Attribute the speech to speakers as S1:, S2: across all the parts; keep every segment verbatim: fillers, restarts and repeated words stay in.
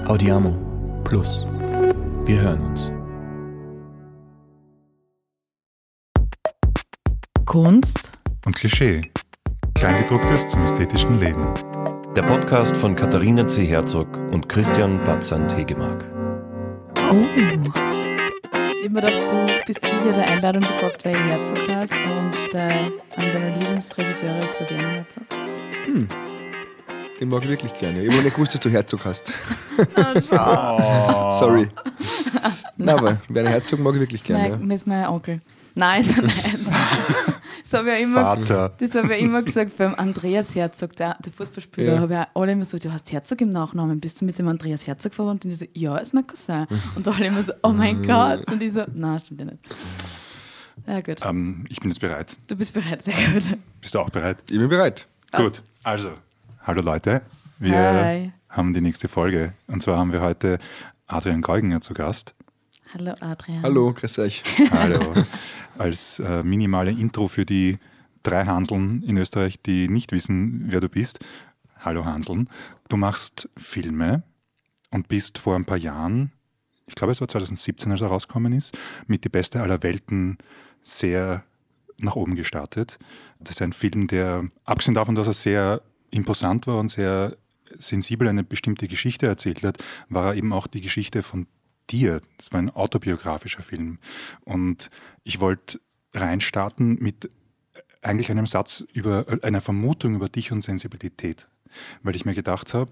S1: Audiamo Plus. Wir hören uns.
S2: Kunst
S3: und Klischee. Kleingedrucktes zum ästhetischen Leben.
S1: Der Podcast von Katharina C. Herzog und Christian Batzand-Hegemark.
S2: Oh. Ich hab mir gedacht, du bist sicher der Einladung gefolgt, weil ich Herzog heißt und der, einer deiner Lieblingsregisseure ist der Werner Herzog.
S4: Hm. Den mag ich wirklich gerne. Ich habe nicht gewusst, dass du Herzog hast.
S2: Oh.
S4: Sorry. Nein, aber Werner Herzog mag ich wirklich gerne.
S2: Das ist mein Onkel. Nein, ist er nicht. Das habe ich, ja immer,
S3: Vater.
S2: Das hab ich ja immer gesagt beim Andreas Herzog, der, der Fußballspieler.
S4: Ja.
S2: Habe ich alle immer so, du hast Herzog im Nachnamen, bist du mit dem Andreas Herzog verwandt? Und ich so, ja, ist mein Cousin. Und alle immer so, oh mein Gott. Und ich so, nein, stimmt ja nicht. Ja, gut.
S3: Ähm, ich bin jetzt bereit.
S2: Du bist bereit, sehr gut.
S3: Bist du auch bereit?
S4: Ich bin bereit.
S3: Gut, also, hallo Leute. Wir
S2: Hi.
S3: haben die nächste Folge. Und zwar haben wir heute Adrian Geuginger zu Gast.
S2: Hallo Adrian.
S4: Hallo, grüß euch.
S3: Hallo. Als äh, minimale Intro für die drei Hanseln in Österreich, die nicht wissen, wer du bist. Hallo Hanseln. Du machst Filme und bist vor ein paar Jahren, ich glaube es war zwanzig siebzehn, als er rausgekommen ist, mit Die Beste aller Welten sehr nach oben gestartet. Das ist ein Film, der, abgesehen davon, dass er sehr imposant war und sehr sensibel eine bestimmte Geschichte erzählt hat, war er eben auch die Geschichte von dir. Das war ein autobiografischer Film. Und ich wollte reinstarten mit eigentlich einem Satz über einer Vermutung über dich und Sensibilität. Weil ich mir gedacht habe,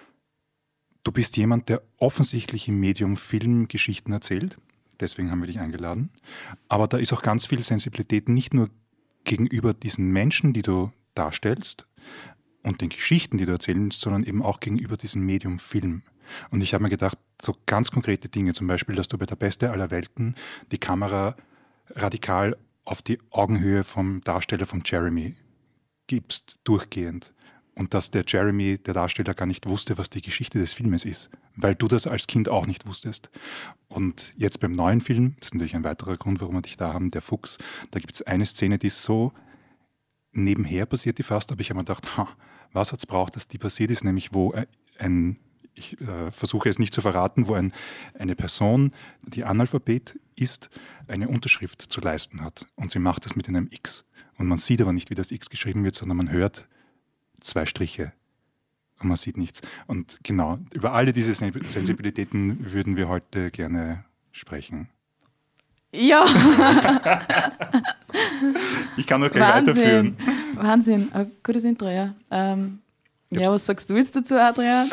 S3: du bist jemand, der offensichtlich im Medium Film Geschichten erzählt. Deswegen haben wir dich eingeladen. Aber da ist auch ganz viel Sensibilität, nicht nur gegenüber diesen Menschen, die du darstellst und den Geschichten, die du erzählst, sondern eben auch gegenüber diesem Medium Film. Und ich habe mir gedacht, so ganz konkrete Dinge, zum Beispiel, dass du bei Der Beste aller Welten die Kamera radikal auf die Augenhöhe vom Darsteller von Jeremy gibst, durchgehend. Und dass der Jeremy, der Darsteller, gar nicht wusste, was die Geschichte des Filmes ist, weil du das als Kind auch nicht wusstest. Und jetzt beim neuen Film, das ist natürlich ein weiterer Grund, warum wir dich da haben, Der Fuchs, da gibt es eine Szene, die ist so nebenher passiert, die fast, aber ich habe mir gedacht, ha, was hat es braucht, dass die passiert ist, nämlich wo ein Ich äh, versuche es nicht zu verraten, wo ein, eine Person, die Analphabet ist, eine Unterschrift zu leisten hat. Und sie macht das mit einem X. Und man sieht aber nicht, wie das X geschrieben wird, sondern man hört zwei Striche. Und man sieht nichts. Und genau, über alle diese Sensibilitäten würden wir heute gerne sprechen.
S2: Ja.
S3: Ich kann noch gleich
S2: Wahnsinn.
S3: weiterführen.
S2: Wahnsinn. Ein gutes Intro, ja. Ähm, ja, was sagst du jetzt dazu, Adrian?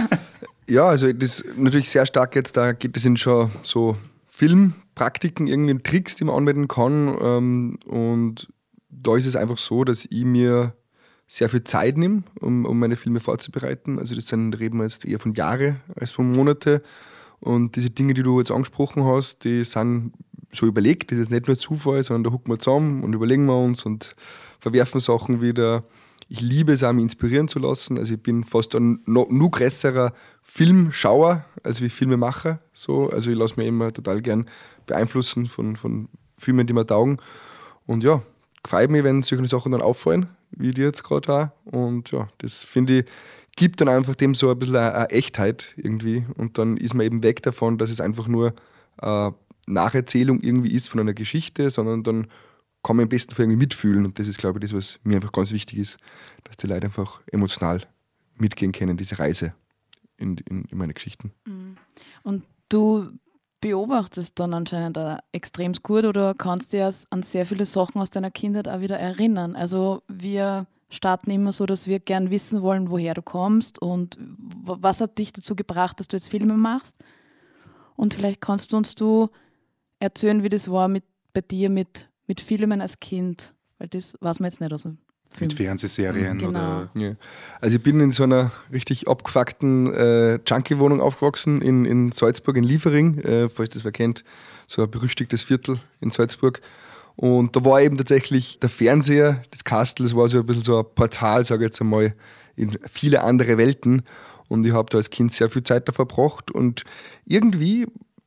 S4: Ja, also das ist natürlich sehr stark jetzt, da geht es in schon so Filmpraktiken, irgendwie Tricks, die man anwenden kann. Ähm, und da ist es einfach so, dass ich mir sehr viel Zeit nehme, um, um meine Filme vorzubereiten. Also das sind, reden wir jetzt eher von Jahre als von Monate. Und diese Dinge, die du jetzt angesprochen hast, die sind so überlegt. Das ist nicht nur Zufall, sondern da hucken wir zusammen und überlegen wir uns und verwerfen Sachen wieder. Ich liebe es auch, mich inspirieren zu lassen. Also ich bin fast ein noch, noch größerer Filmschauer als wie Filmemacher. So. Also ich lasse mich immer total gern beeinflussen von, von Filmen, die mir taugen. Und ja, freut mich, wenn solche Sachen dann auffallen, wie die jetzt gerade auch. Und ja, das finde ich, gibt dann einfach dem so ein bisschen eine, eine Echtheit irgendwie. Und dann ist man eben weg davon, dass es einfach nur eine Nacherzählung irgendwie ist von einer Geschichte, sondern dann kann man im besten Fall irgendwie mitfühlen. Und das ist, glaube ich, das, was mir einfach ganz wichtig ist, dass die Leute einfach emotional mitgehen können, diese Reise in, in, in meine Geschichten.
S2: Und du beobachtest dann anscheinend auch extrem gut oder kannst dir an sehr viele Sachen aus deiner Kindheit auch wieder erinnern. Also wir starten immer so, dass wir gern wissen wollen, woher du kommst und was hat dich dazu gebracht, dass du jetzt Filme machst. Und vielleicht kannst du uns du erzählen, wie das war mit, bei dir mit mit Filmen als Kind, weil das weiß man jetzt nicht aus dem Film.
S3: Mit Fernsehserien
S2: genau.
S3: oder...
S4: Ja. Also ich bin in so einer richtig abgefuckten äh, Junkie-Wohnung aufgewachsen in, in Salzburg, in Liefering, äh, falls das wer kennt, so ein berüchtigtes Viertel in Salzburg. Und da war eben tatsächlich der Fernseher, das Kastel, das war so ein bisschen so ein Portal, sage ich jetzt einmal, in viele andere Welten. Und ich habe da als Kind sehr viel Zeit da verbracht und irgendwie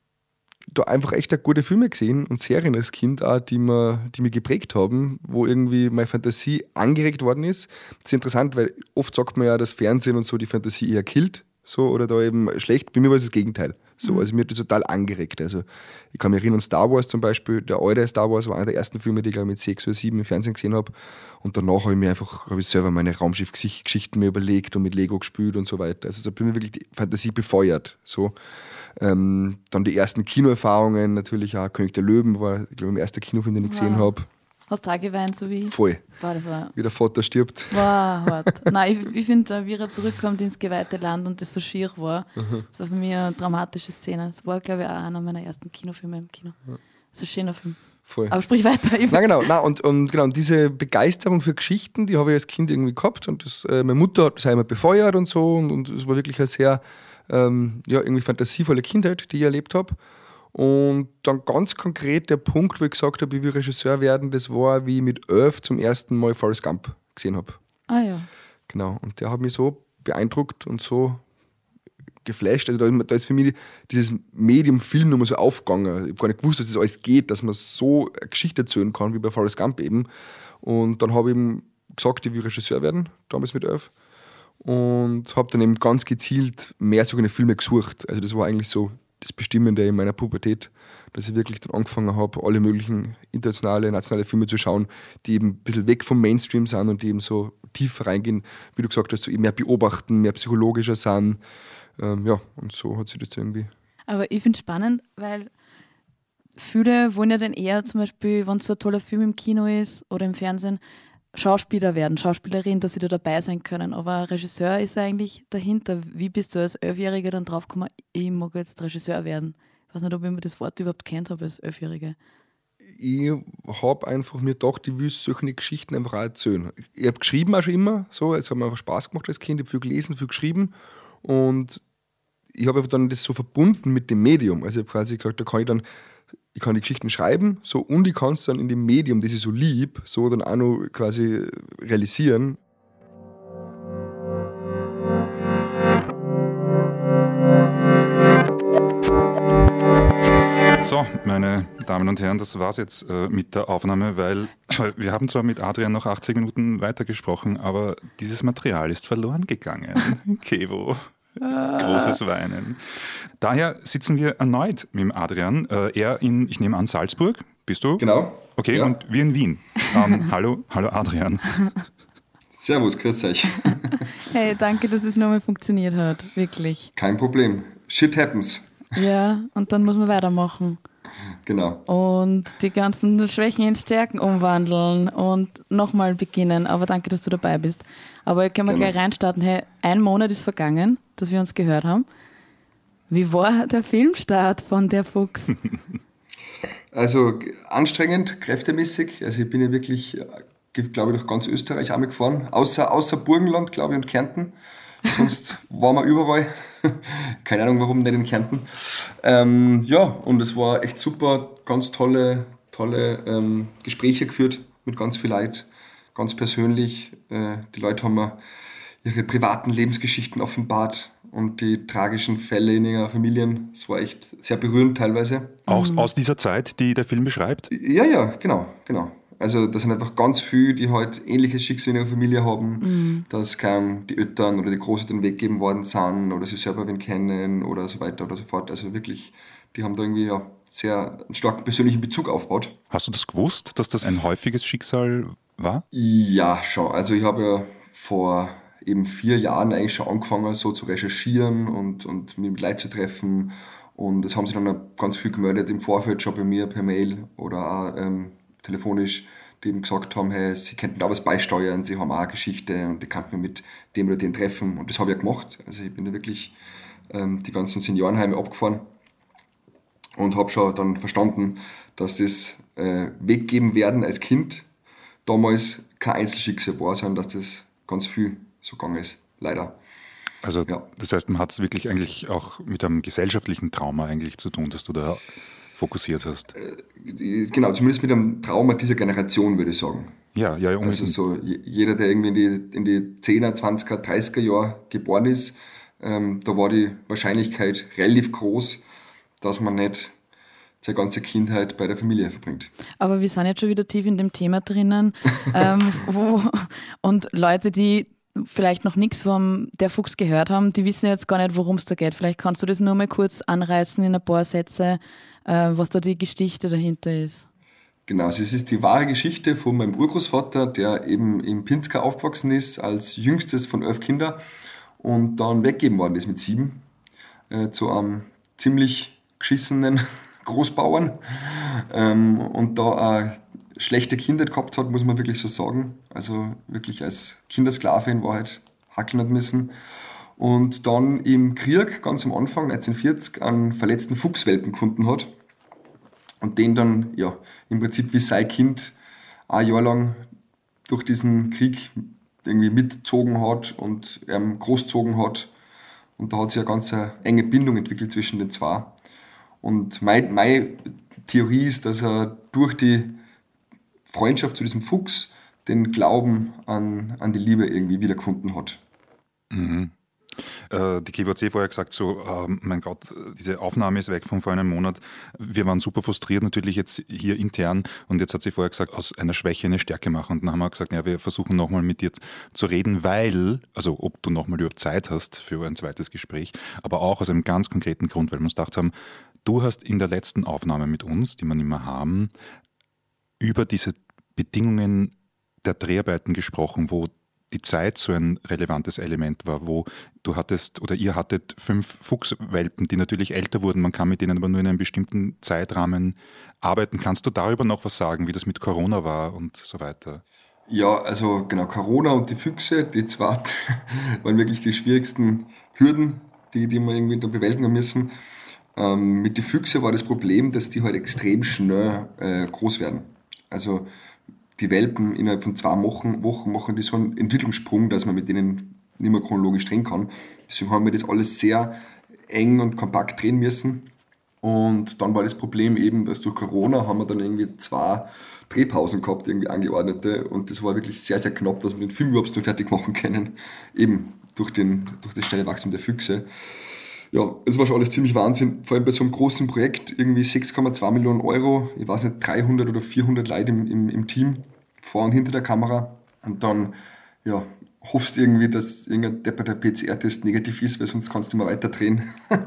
S4: da einfach echt auch gute Filme gesehen und Serien als Kind auch, die, mir, die mich geprägt haben, wo irgendwie meine Fantasie angeregt worden ist. Das ist interessant, weil oft sagt man ja, dass Fernsehen und so die Fantasie eher killt. so, oder da eben schlecht. Bei mir war es das Gegenteil. So,
S2: Mhm.
S4: also mir hat das total angeregt. Also ich kann mich erinnern, Star Wars zum Beispiel, der alte Star Wars war einer der ersten Filme, die ich glaube mit sechs oder sieben im Fernsehen gesehen habe. Und danach habe ich mir einfach, habe ich selber meine Raumschiff-Geschichten mir überlegt und mit Lego gespielt und so weiter. Also es hat bei mir wirklich die Fantasie befeuert. So. Ähm, dann die ersten Kinoerfahrungen, natürlich auch König der Löwen war, ich glaube, mein erster Kinofilm, den ich gesehen
S2: Wow.
S4: habe.
S2: Hast du auch geweint, so wie ich?
S4: Voll.
S2: Boah, das war.
S4: Wie der Vater stirbt.
S2: Wow, hart. Nein, ich, ich finde, wie er zurückkommt ins geweihte Land und das so schier war, das war für mich eine dramatische Szene. Das war, glaube ich, auch einer meiner ersten Kinofilme im Kino. Das ist ein schöner Film.
S4: Voll.
S2: Aber sprich weiter. Ich
S4: Nein, genau. Nein, und, und, genau. Und diese Begeisterung für Geschichten, die habe ich als Kind irgendwie gehabt. Und das, äh, meine Mutter hat das auch immer befeuert und so. Und, und es war wirklich eine sehr ähm, ja, irgendwie fantasievolle Kindheit, die ich erlebt habe. Und dann ganz konkret der Punkt, wo ich gesagt habe, ich will Regisseur werden, das war, wie ich mit elf zum ersten Mal Forrest Gump gesehen habe.
S2: Ah ja.
S4: Genau. Und der hat mich so beeindruckt und so geflasht. Also da, da ist für mich dieses Medium Film nochmal so aufgegangen. Ich habe gar nicht gewusst, dass das alles geht, dass man so eine Geschichte erzählen kann, wie bei Forrest Gump eben. Und dann habe ich eben gesagt, ich will Regisseur werden, damals mit elf. Und habe dann eben ganz gezielt mehr so eine Filme gesucht. Also das war eigentlich so das Bestimmende in meiner Pubertät, dass ich wirklich dann angefangen habe, alle möglichen internationale, nationale Filme zu schauen, die eben ein bisschen weg vom Mainstream sind und die eben so tiefer reingehen, wie du gesagt hast, so eben mehr beobachten, mehr psychologischer sind. Ähm, ja, und so hat sich das irgendwie...
S2: Aber ich finde es spannend, weil viele wollen ja dann eher zum Beispiel, wenn so ein toller Film im Kino ist oder im Fernsehen, Schauspieler werden, Schauspielerin, dass sie da dabei sein können. Aber ein Regisseur ist eigentlich dahinter. Wie bist du als Elfjähriger dann draufgekommen, ich mag jetzt Regisseur werden? Ich weiß nicht, ob ich mir das Wort überhaupt kennt habe als Elfjährige.
S4: Ich habe einfach mir gedacht, ich will solche Geschichten einfach auch erzählen. Ich habe geschrieben auch schon immer, so, es hat mir einfach Spaß gemacht als Kind, ich habe viel gelesen, viel geschrieben und ich habe dann das so verbunden mit dem Medium. Also ich habe quasi gesagt, da kann ich dann ich kann die Geschichten schreiben, so, und ich kann es dann in dem Medium, das ich so lieb, so dann auch noch quasi realisieren.
S3: So, meine Damen und Herren, das war's jetzt äh, mit der Aufnahme, weil äh, wir haben zwar mit Adrian noch achtzig Minuten weitergesprochen, aber dieses Material ist verloren gegangen. Kevo. Großes Weinen. Daher sitzen wir erneut mit dem Adrian. Äh, er in, ich nehme an, Salzburg. Bist du?
S5: Genau.
S3: Okay,
S5: ja.
S3: Und wir in Wien. Ähm, hallo, hallo Adrian.
S5: Servus, grüß euch.
S2: Hey, danke, dass es nochmal funktioniert hat. Wirklich.
S5: Kein Problem. Shit happens.
S2: Ja, und dann muss man weitermachen.
S5: Genau.
S2: Und die ganzen Schwächen in Stärken umwandeln und nochmal beginnen. Aber danke, dass du dabei bist. Aber können wir
S5: Genau.
S2: gleich reinstarten. Hey, ein Monat ist vergangen, dass wir uns gehört haben. Wie war der Filmstart von Der Fuchs?
S5: Also anstrengend, kräftemäßig. Also ich bin ja wirklich, glaube ich, durch ganz Österreich einmal gefahren. Außer, außer Burgenland, glaube ich, und Kärnten. Sonst waren wir überall. Keine Ahnung, warum nicht in Kärnten. Ähm, ja, und es war echt super. Ganz tolle, tolle ähm, Gespräche geführt mit ganz viel Leuten. Ganz persönlich. Äh, die Leute haben mir ihre privaten Lebensgeschichten offenbart und die tragischen Fälle in ihren Familien. Es war echt sehr berührend teilweise.
S3: Aus, mhm. aus dieser Zeit, die der Film beschreibt?
S5: Ja, ja, genau, genau. Also das sind einfach ganz viele, die halt ähnliches Schicksal in ihrer Familie haben, mhm. dass kaum die Eltern oder die Großeltern weggegeben worden sind oder sie selber wen kennen oder so weiter oder so fort. Also wirklich, die haben da irgendwie ja sehr einen starken persönlichen Bezug aufgebaut.
S3: Hast du das gewusst, dass das ein häufiges Schicksal war?
S5: Ja, schon. Also ich habe ja vor eben vier Jahren eigentlich schon angefangen, so zu recherchieren und, und mich mit Leuten zu treffen. Und es haben sich dann auch ganz viel gemeldet im Vorfeld schon bei mir per Mail oder auch ähm, telefonisch, die eben gesagt haben, hey, sie könnten da was beisteuern, sie haben auch eine Geschichte und die kann man mit dem oder dem treffen. Und das habe ich ja gemacht. Also ich bin da wirklich ähm, die ganzen Seniorenheime abgefahren und habe schon dann verstanden, dass das äh, weggeben werden als Kind damals kein Einzelschicksal war, sondern dass das ganz viel so gegangen ist, leider.
S3: Also
S5: ja.
S3: Das heißt, man hat es wirklich eigentlich auch mit einem gesellschaftlichen Trauma eigentlich zu tun, dass du da fokussiert hast.
S5: Äh, genau, zumindest mit einem Trauma dieser Generation, würde ich sagen.
S3: Ja, ja, ja.
S5: Also so jeder, der irgendwie in die, in die zehner, zwanziger, dreißiger Jahre geboren ist, ähm, da war die Wahrscheinlichkeit relativ groß, dass man nicht seine ganze Kindheit bei der Familie verbringt.
S2: Aber wir sind jetzt schon wieder tief in dem Thema drinnen. ähm, wo, und Leute, die vielleicht noch nichts vom Der Fuchs gehört haben, die wissen jetzt gar nicht, worum es da geht. Vielleicht kannst du das nur mal kurz anreißen in ein paar Sätze, äh, was da die Geschichte dahinter ist.
S5: Genau, also es ist die wahre Geschichte von meinem Urgroßvater, der eben in Pinzgau aufgewachsen ist, als jüngstes von elf Kindern und dann weggegeben worden ist mit sieben, äh, zu einem ziemlich geschissenen Großbauern ähm, und da eine schlechte Kindheit gehabt hat, muss man wirklich so sagen. Also wirklich als Kindersklave in Wahrheit hackeln hat müssen. Und dann im Krieg, ganz am Anfang, neunzehnhundertvierzig, einen verletzten Fuchswelpen gefunden hat. Und den dann ja, im Prinzip wie sein Kind ein Jahr lang durch diesen Krieg irgendwie mitgezogen hat und ähm, großgezogen hat. Und da hat sich eine ganz eine enge Bindung entwickelt zwischen den zwei. Und meine, meine Theorie ist, dass er durch die Freundschaft zu diesem Fuchs den Glauben an, an die Liebe irgendwie wiedergefunden hat.
S3: Mhm. Äh, die Kevo hat eh vorher gesagt, so, äh, mein Gott, diese Aufnahme ist weg von vor einem Monat. Wir waren super frustriert natürlich jetzt hier intern und jetzt hat sie vorher gesagt, aus einer Schwäche eine Stärke machen. Und dann haben wir gesagt, ja, wir versuchen nochmal mit dir zu reden, weil, also ob du nochmal überhaupt Zeit hast für ein zweites Gespräch, aber auch aus einem ganz konkreten Grund, weil wir uns gedacht haben, du hast in der letzten Aufnahme mit uns, die wir nicht mehr haben, über diese Bedingungen der Dreharbeiten gesprochen, wo die Zeit so ein relevantes Element war, wo du hattest oder ihr hattet fünf Fuchswelpen, die natürlich älter wurden, man kann mit denen aber nur in einem bestimmten Zeitrahmen arbeiten. Kannst du darüber noch was sagen, wie das mit Corona war und so weiter?
S5: Ja, also genau, Corona und die Füchse, die zwei waren wirklich die schwierigsten Hürden, die, die wir irgendwie da bewältigen müssen. Ähm, mit den Füchse war das Problem, dass die halt extrem schnell äh, groß werden. Also die Welpen innerhalb von zwei Wochen, Wochen machen die so einen Entwicklungssprung, dass man mit denen nicht mehr chronologisch drehen kann. Deswegen haben wir das alles sehr eng und kompakt drehen müssen. Und dann war das Problem eben, dass durch Corona haben wir dann irgendwie zwei Drehpausen gehabt, irgendwie angeordnete. Und das war wirklich sehr, sehr knapp, dass wir den Film überhaupt nur fertig machen können. Eben durch, den, durch das schnelle Wachstum der Füchse. Ja, es war schon alles ziemlich Wahnsinn, vor allem bei so einem großen Projekt, irgendwie sechs Komma zwei Millionen Euro, ich weiß nicht, dreihundert oder vierhundert Leute im, im, im Team, vor und hinter der Kamera. Und dann ja, hoffst du irgendwie, dass irgendein depperter P C R-Test negativ ist, weil sonst kannst du immer weiter drehen.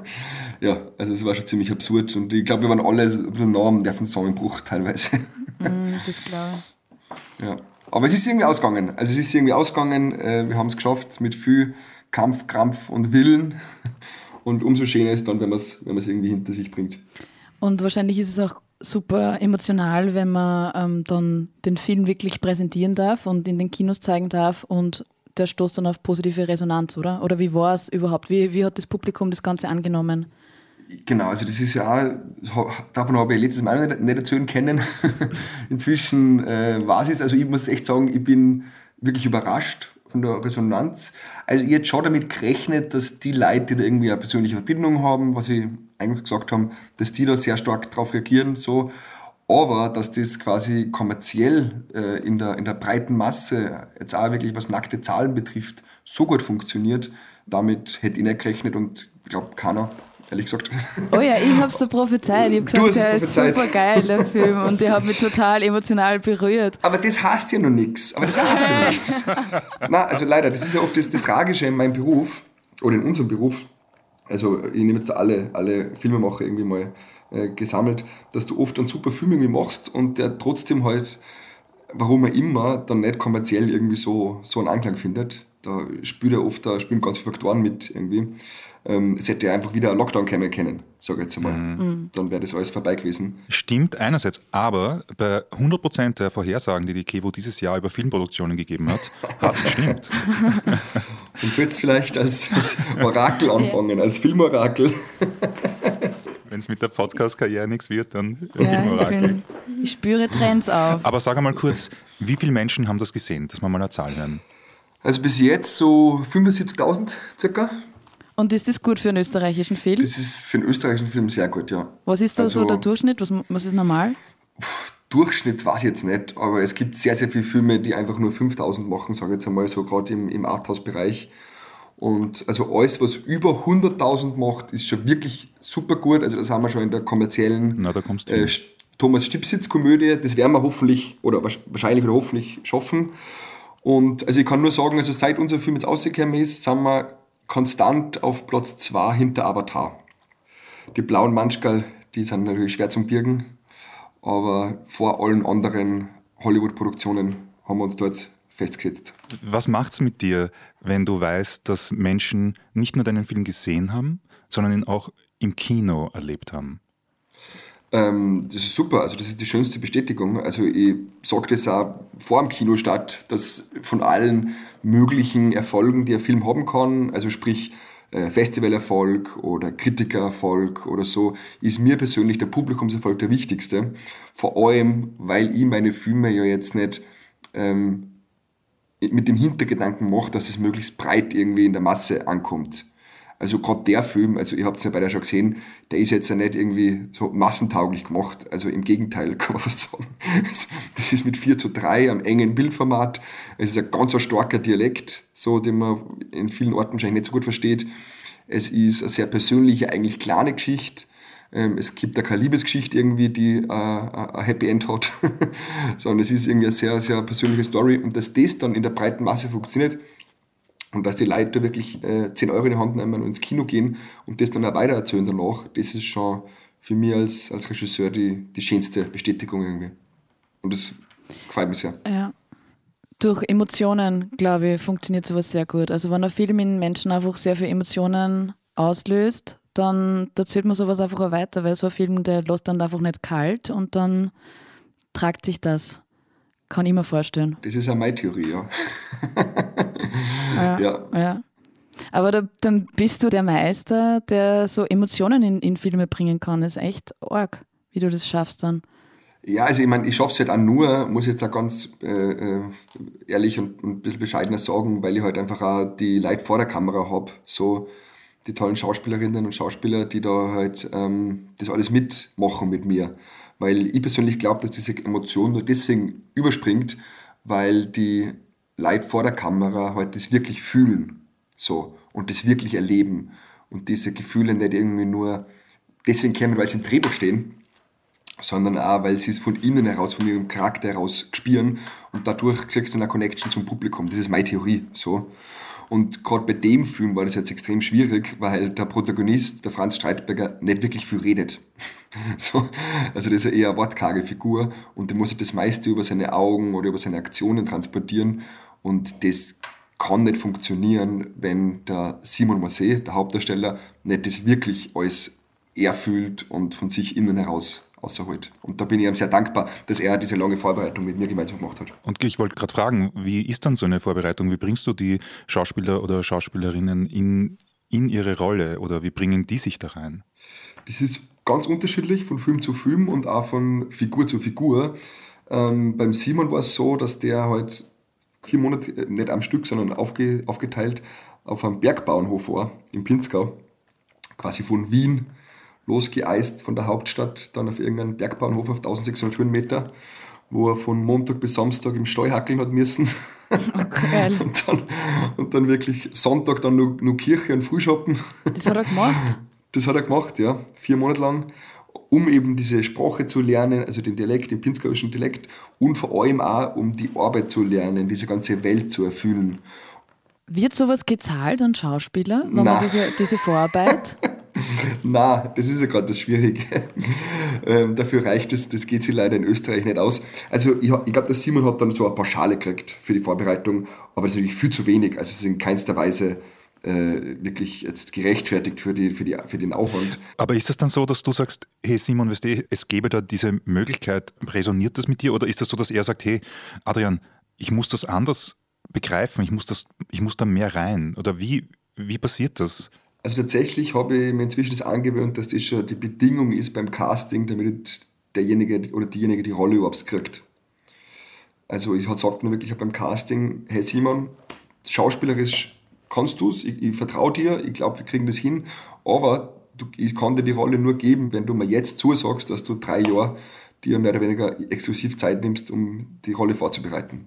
S5: Ja, also es war schon ziemlich absurd und ich glaube, wir waren alle ein bisschen nah am Nervenzusammenbruch teilweise.
S2: Mm, das glaube
S5: ich. Ja. Aber es ist irgendwie ausgegangen, also es ist irgendwie ausgegangen, wir haben es geschafft mit viel Kampf, Krampf und Willen. Und umso schöner ist dann, wenn man es wenn man es irgendwie hinter sich bringt.
S2: Und wahrscheinlich ist es auch super emotional, wenn man ähm, dann den Film wirklich präsentieren darf und in den Kinos zeigen darf und der stoßt dann auf positive Resonanz, oder? Oder wie war es überhaupt? Wie, wie hat das Publikum das Ganze angenommen?
S5: Genau, also das ist ja auch, davon habe ich letztes Mal nicht, nicht erzählen können. Inzwischen äh, war es, also ich muss echt sagen, ich bin wirklich überrascht von der Resonanz. Also ich hätte schon damit gerechnet, dass die Leute, die da irgendwie eine persönliche Verbindung haben, was ich eigentlich gesagt habe, dass die da sehr stark drauf reagieren, so. Aber dass das quasi kommerziell äh, in, der, in der breiten Masse, jetzt auch wirklich was nackte Zahlen betrifft, so gut funktioniert, damit hätte ich nicht gerechnet und ich glaube keiner, ehrlich gesagt.
S2: Oh ja, ich habe es dir prophezeit. Ich habe gesagt, der ist super geil, der Film. Und der hat mich total emotional berührt.
S5: Aber das heißt ja noch nichts. Aber das heißt ja noch nichts. Nein, also leider, das ist ja oft das, das Tragische in meinem Beruf oder in unserem Beruf. Also ich nehme jetzt alle, alle Filmemacher irgendwie mal äh, gesammelt, dass du oft einen super Film irgendwie machst und der trotzdem halt, warum er immer, dann nicht kommerziell irgendwie so, so einen Anklang findet. Da spielt er oft, da spielen ganz viele Faktoren mit irgendwie. Es hätte ja einfach wieder ein Lockdown kommen können, sage ich jetzt einmal. Mhm. Dann wäre das alles vorbei gewesen.
S3: Stimmt einerseits, aber bei hundert Prozent der Vorhersagen, die die Kevo dieses Jahr über Filmproduktionen gegeben hat, hat es gestimmt.
S5: Und so jetzt vielleicht als, als Orakel anfangen, als Filmorakel.
S3: Wenn es mit der Podcast-Karriere nichts wird, dann
S2: ja, Filmorakel. Ich, bin, ich spüre Trends auf.
S3: Aber sag einmal kurz, wie viele Menschen haben das gesehen, dass wir mal eine Zahl hören?
S5: Also bis jetzt so fünfundsiebzigtausend circa.
S2: Und ist das gut für einen österreichischen Film?
S5: Das ist für einen österreichischen Film sehr gut, ja.
S2: Was ist da also, so der Durchschnitt? Was, was ist normal?
S5: Durchschnitt weiß ich jetzt nicht, aber es gibt sehr, sehr viele Filme, die einfach nur fünftausend machen, sage ich jetzt einmal, so gerade im, im Arthouse-Bereich. Und also alles, was über hunderttausend macht, ist schon wirklich super gut. Also das haben wir schon in der kommerziellen
S3: Na, da kommst du
S5: äh, Thomas Stipsitz-Komödie. Das werden wir hoffentlich oder wahrscheinlich oder hoffentlich schaffen. Und also ich kann nur sagen, also seit unser Film jetzt rausgekommen ist, sind wir konstant auf Platz zwei hinter Avatar. Die blauen Manschgal, die sind natürlich schwer zum Birgen, aber vor allen anderen Hollywood-Produktionen haben wir uns da jetzt festgesetzt.
S3: Was macht's mit dir, wenn du weißt, dass Menschen nicht nur deinen Film gesehen haben, sondern ihn auch im Kino erlebt haben?
S5: Ähm, das ist super, also das ist die schönste Bestätigung. Also ich sage das auch vor dem Kinostart, dass von allen möglichen Erfolgen, die ein Film haben kann, also sprich äh, Festivalerfolg oder Kritikererfolg oder so, ist mir persönlich der Publikumserfolg der wichtigste. Vor allem, weil ich meine Filme ja jetzt nicht ähm, mit dem Hintergedanken mache, dass es möglichst breit irgendwie in der Masse ankommt. Also gerade der Film, also ihr habt es ja beide schon gesehen, der ist jetzt ja nicht irgendwie so massentauglich gemacht. Also im Gegenteil, kann man fast sagen. Das ist mit vier zu drei am engen Bildformat. Es ist ein ganz ein starker Dialekt, so, den man in vielen Orten wahrscheinlich nicht so gut versteht. Es ist eine sehr persönliche, eigentlich kleine Geschichte. Es gibt da keine Liebesgeschichte irgendwie, die äh, ein Happy End hat, sondern es ist irgendwie eine sehr, sehr persönliche Story. Und dass das dann in der breiten Masse funktioniert, und dass die Leute da wirklich äh, zehn Euro in die Hand nehmen und ins Kino gehen und das dann auch weitererzählen danach, das ist schon für mich als, als Regisseur die, die schönste Bestätigung irgendwie. Und das gefällt mir sehr.
S2: Ja. Durch Emotionen, glaube ich, funktioniert sowas sehr gut. Also wenn ein Film in Menschen einfach sehr viele Emotionen auslöst, dann erzählt man sowas einfach auch weiter, weil so ein Film, der lässt dann einfach nicht kalt und dann tragt sich das. Kann ich mir vorstellen.
S5: Das ist auch meine Theorie, ja.
S2: Ja,
S5: ja.
S2: ja. Aber da, dann bist du der Meister, der so Emotionen in, in Filme bringen kann. Das ist echt arg, wie du das schaffst dann.
S5: Ja, also ich meine, ich schaffe es halt auch nur, muss ich jetzt auch ganz äh, ehrlich und, und ein bisschen bescheidener sagen, weil ich halt einfach auch die Leute vor der Kamera habe, so die tollen Schauspielerinnen und Schauspieler, die da halt ähm, das alles mitmachen mit mir. Weil ich persönlich glaube, dass diese Emotion nur deswegen überspringt, weil die Leute vor der Kamera halt das wirklich fühlen, so, und das wirklich erleben und diese Gefühle nicht irgendwie nur deswegen kommen, weil sie im Drehbuch stehen, sondern auch, weil sie es von innen heraus, von ihrem Charakter heraus spüren und dadurch kriegst du eine Connection zum Publikum. Das ist meine Theorie, so. Und gerade bei dem Film war das jetzt extrem schwierig, weil der Protagonist, der Franz Streitberger, nicht wirklich viel redet. So, also das ist ja eher eine wortkarge Figur und der muss halt das meiste über seine Augen oder über seine Aktionen transportieren und das kann nicht funktionieren, wenn der Simon Marseille, der Hauptdarsteller, nicht das wirklich alles erfüllt und von sich innen heraus außerholt. Und da bin ich ihm sehr dankbar, dass er diese lange Vorbereitung mit mir gemeinsam gemacht hat.
S3: Und ich wollte gerade fragen, wie ist dann so eine Vorbereitung? Wie bringst du die Schauspieler oder Schauspielerinnen in, in ihre Rolle oder wie bringen die sich da rein?
S5: Das ist ganz unterschiedlich von Film zu Film und auch von Figur zu Figur. Ähm, beim Simon war es so, dass der halt vier Monate, nicht am Stück, sondern aufge, aufgeteilt auf einem Bergbauernhof war, im Pinzgau, quasi von Wien losgeeist von der Hauptstadt, dann auf irgendeinen Bergbauernhof auf eintausendsechshundert Höhenmeter, wo er von Montag bis Samstag im Stall hackeln hat müssen.
S2: Okay.
S5: und, dann, und dann wirklich Sonntag dann nur, nur Kirche und Frühschoppen.
S2: Das hat er gemacht?
S5: Das hat er gemacht, ja, vier Monate lang, um eben diese Sprache zu lernen, also den Dialekt, den pinzgauischen Dialekt und vor allem auch, um die Arbeit zu lernen, diese ganze Welt zu erfüllen.
S2: Wird sowas gezahlt an Schauspieler, wenn
S5: Nein.
S2: man diese, diese Vorarbeit...
S5: Nein, das ist ja gerade das Schwierige. ähm, dafür reicht es, das geht sich leider in Österreich nicht aus. Also ich, ich glaube, der Simon hat dann so eine Pauschale gekriegt für die Vorbereitung, aber das ist natürlich viel zu wenig. Also es ist in keinster Weise äh, wirklich jetzt gerechtfertigt für, die, für, die, für den Aufwand.
S3: Aber ist es dann so, dass du sagst, hey Simon, weißt du, es gäbe da diese Möglichkeit, resoniert das mit dir? Oder ist das so, dass er sagt, hey Adrian, ich muss das anders begreifen, ich muss, das, ich muss da mehr rein? Oder wie, wie passiert das?
S5: Also tatsächlich habe ich mir inzwischen das angewöhnt, dass das schon die Bedingung ist beim Casting, damit derjenige oder diejenige die Rolle überhaupt kriegt. Also ich sage nur wirklich beim Casting, hey Simon, schauspielerisch kannst du es, ich, ich vertraue dir, ich glaube, wir kriegen das hin, aber du, ich kann dir die Rolle nur geben, wenn du mir jetzt zusagst, dass du drei Jahre dir mehr oder weniger exklusiv Zeit nimmst, um die Rolle vorzubereiten.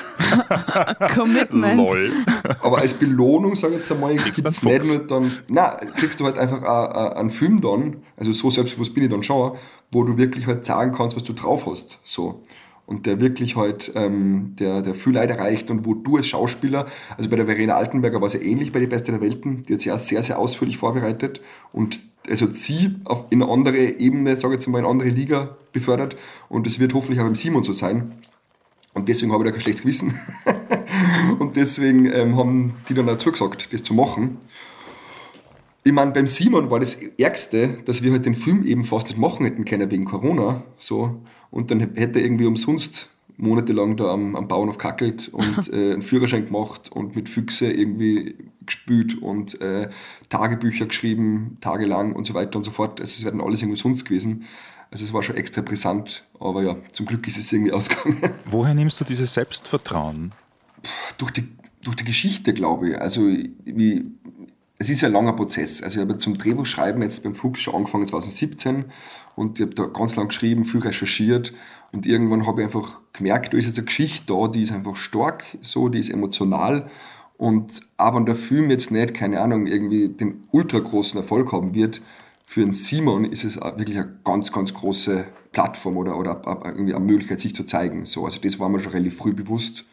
S2: Commitment.
S3: Lol.
S5: Aber als Belohnung, sage ich jetzt einmal,
S3: Kriegst
S5: gibt es
S3: du einen
S5: nicht nur dann, nein, kriegst du halt einfach einen Film dann, also so selbstbewusst bin ich dann schon, wo du wirklich halt sagen kannst, was du drauf hast. So. und der wirklich halt, ähm, der, der viel Leid erreicht und wo du als Schauspieler, also bei der Verena Altenberger war es ja ähnlich bei Die Beste der Welten, die hat sich auch sehr, sehr ausführlich vorbereitet und also sie auf, in eine andere Ebene, sage ich jetzt mal, in eine andere Liga befördert und es wird hoffentlich auch beim Simon so sein. Und deswegen habe ich da kein schlechtes Gewissen. Und deswegen ähm, haben die dann auch zugesagt, das zu machen. Ich meine, beim Simon war das Ärgste, dass wir halt den Film eben fast nicht machen hätten können wegen Corona. So. Und dann hätte er irgendwie umsonst monatelang da am, am Bauernhof kackelt und äh, einen Führerschein gemacht und mit Füchse irgendwie gespült und äh, Tagebücher geschrieben, tagelang und so weiter und so fort. Also es wäre dann alles irgendwie sonst gewesen. Also es war schon extrem brisant, aber ja, zum Glück ist es irgendwie ausgegangen.
S3: Woher nimmst du dieses Selbstvertrauen?
S5: Durch die, durch die Geschichte, glaube ich. Also wie, es ist ja ein langer Prozess. Also ich habe zum Drehbuchschreiben jetzt beim Fuchs schon angefangen zwanzig siebzehn und ich habe da ganz lang geschrieben, viel recherchiert und irgendwann habe ich einfach gemerkt, da ist jetzt eine Geschichte da, die ist einfach stark, so, die ist emotional und auch wenn der Film jetzt nicht, keine Ahnung, irgendwie den ultra großen Erfolg haben wird, für den Simon ist es wirklich eine ganz, ganz große Plattform oder, oder irgendwie eine Möglichkeit, sich zu zeigen. So, also das war mir schon relativ früh bewusst.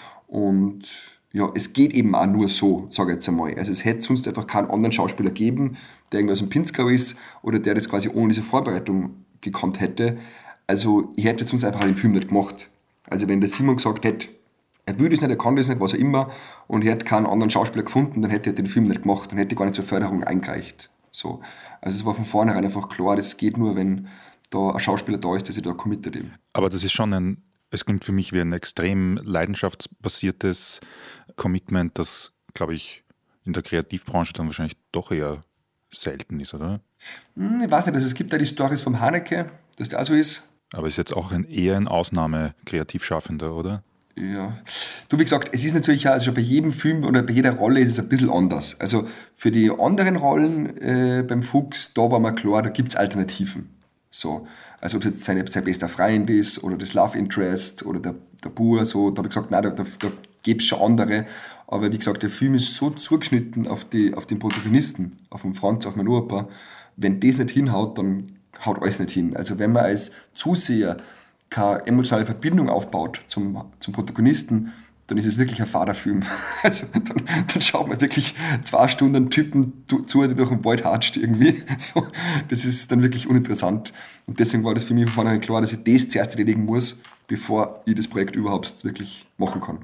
S5: Und ja, es geht eben auch nur so, sage ich jetzt einmal. Also es hätte sonst einfach keinen anderen Schauspieler geben, der irgendwie aus dem Pinzgau ist oder der das quasi ohne diese Vorbereitung gekonnt hätte. Also ich hätte sonst einfach den Film nicht gemacht. Also wenn der Simon gesagt hätte, er will das nicht, er kann das nicht, was auch immer, und er hätte keinen anderen Schauspieler gefunden, dann hätte er den Film nicht gemacht, dann hätte er gar nicht zur Förderung eingereicht. So. Also es war von vornherein einfach klar, das geht nur, wenn da ein Schauspieler da ist, der sich da committet eben.
S3: Aber das ist schon ein, es klingt für mich wie ein extrem leidenschaftsbasiertes Commitment, das, glaube ich, in der Kreativbranche dann wahrscheinlich doch eher selten ist, oder?
S5: Hm, ich weiß nicht, also es gibt ja die Storys vom Haneke, dass der auch so ist.
S3: Aber ist jetzt auch ein, eher ein Ausnahme-Kreativschaffender, oder?
S5: Ja, du, wie gesagt, es ist natürlich ja, also schon bei jedem Film oder bei jeder Rolle ist es ein bisschen anders. Also für die anderen Rollen äh, beim Fuchs, da war mir klar, da gibt es Alternativen. So, also ob es jetzt seine, sein bester Freund ist oder das Love Interest oder der, der Bur, so, da habe ich gesagt, nein, da, da, da gibt es schon andere. Aber wie gesagt, der Film ist so zugeschnitten auf, die, auf den Protagonisten, auf den Franz, auf meinen Opa. Wenn das nicht hinhaut, dann haut alles nicht hin. Also wenn man als Zuseher keine emotionale Verbindung aufbaut zum, zum Protagonisten, dann ist es wirklich ein Vaterfilm. Also dann, dann schaut man wirklich zwei Stunden einen Typen zu, der durch den Wald hatscht irgendwie. So, das ist dann wirklich uninteressant. Und deswegen war das für mich von vornherein klar, dass ich das zuerst erledigen muss, bevor ich das Projekt überhaupt wirklich machen kann.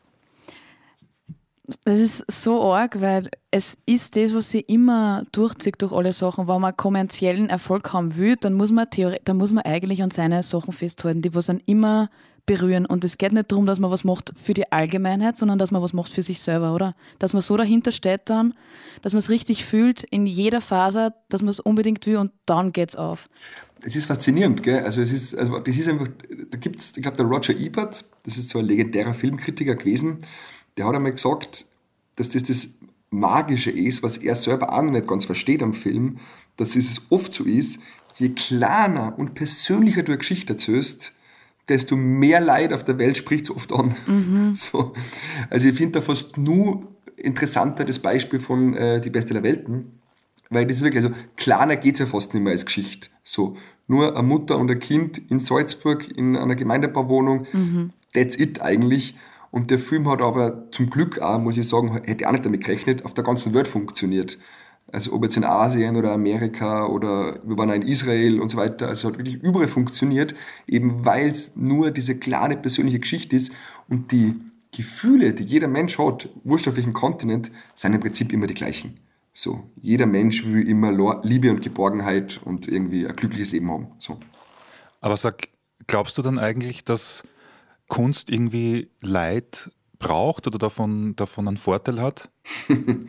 S2: Das ist so arg, weil es ist das, was sich immer durchzieht durch alle Sachen. Wenn man kommerziellen Erfolg haben will, dann muss man, Theori- dann muss man eigentlich an seine Sachen festhalten, die was dann immer berühren. Und es geht nicht darum, dass man was macht für die Allgemeinheit, sondern dass man was macht für sich selber, oder? Dass man so dahinter steht dann, dass man es richtig fühlt in jeder Phase, dass man es unbedingt will und dann geht's auf.
S5: Es ist faszinierend, gell? Also es ist, also das ist einfach, da gibt's, ich glaube, der Roger Ebert, das ist so ein legendärer Filmkritiker gewesen, der hat einmal gesagt, dass das das Magische ist, was er selber auch noch nicht ganz versteht am Film, dass es oft so ist, je kleiner und persönlicher du eine Geschichte erzählst, desto mehr Leid auf der Welt spricht es oft an. Mhm. So. Also ich finde da fast nur interessanter das Beispiel von äh, Die Beste der Welten, weil das ist wirklich, also kleiner geht es ja fast nicht mehr als Geschichte. So. Nur eine Mutter und ein Kind in Salzburg in einer Gemeindebauwohnung, mhm. That's it eigentlich. Und der Film hat aber zum Glück auch, muss ich sagen, hätte auch nicht damit gerechnet, auf der ganzen Welt funktioniert. Also ob jetzt in Asien oder Amerika oder wir waren auch in Israel und so weiter. Also es hat wirklich überall funktioniert, eben weil es nur diese kleine persönliche Geschichte ist. Und die Gefühle, die jeder Mensch hat, wurscht auf welchem Kontinent, sind im Prinzip immer die gleichen. So, jeder Mensch will immer Liebe und Geborgenheit und irgendwie ein glückliches Leben haben. So.
S3: Aber sag, glaubst du dann eigentlich, dass Kunst irgendwie Leid braucht oder davon, davon einen Vorteil hat?
S5: hm.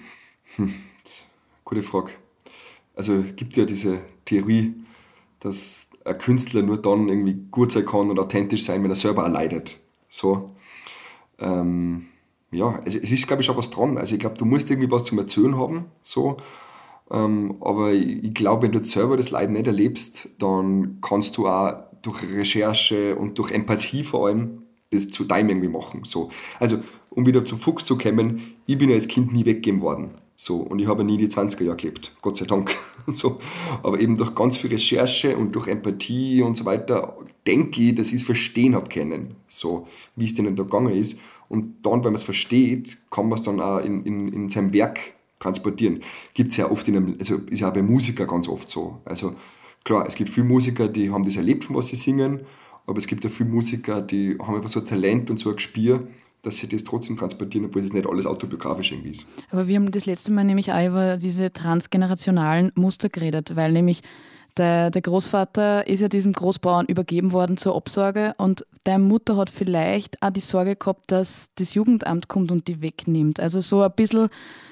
S5: Gute Frage. Also es gibt ja diese Theorie, dass ein Künstler nur dann irgendwie gut sein kann und authentisch sein, wenn er selber leidet. So. Ähm, ja, also es ist, glaube ich, schon was dran. Also ich glaube, du musst irgendwie was zum Erzählen haben. So. Ähm, aber ich, ich glaube, wenn du selber das Leiden nicht erlebst, dann kannst du auch durch Recherche und durch Empathie vor allem das zu deinem irgendwie machen. So. Also, um wieder zum Fuchs zu kommen, ich bin ja als Kind nie weggegeben worden. So. Und ich habe nie die zwanziger Jahre gelebt, Gott sei Dank. So. Aber eben durch ganz viel Recherche und durch Empathie und so weiter denke ich, dass ich es verstehen habe können, so wie es denen da gegangen ist. Und dann, wenn man es versteht, kann man es dann auch in, in, in seinem Werk transportieren. Gibt es ja oft in einem, also ist ja auch bei Musikern ganz oft so. Also klar, es gibt viele Musiker, die haben das erlebt, von was sie singen, aber es gibt auch viele Musiker, die haben einfach so ein Talent und so ein Gespür, dass sie das trotzdem transportieren, obwohl es nicht alles autobiografisch irgendwie ist.
S2: Aber wir haben das letzte Mal nämlich auch über diese transgenerationalen Muster geredet, weil nämlich der, der Großvater ist ja diesem Großbauern übergeben worden zur Obsorge und deine Mutter hat vielleicht auch die Sorge gehabt, dass das Jugendamt kommt und die wegnimmt. Also so ein bisschen,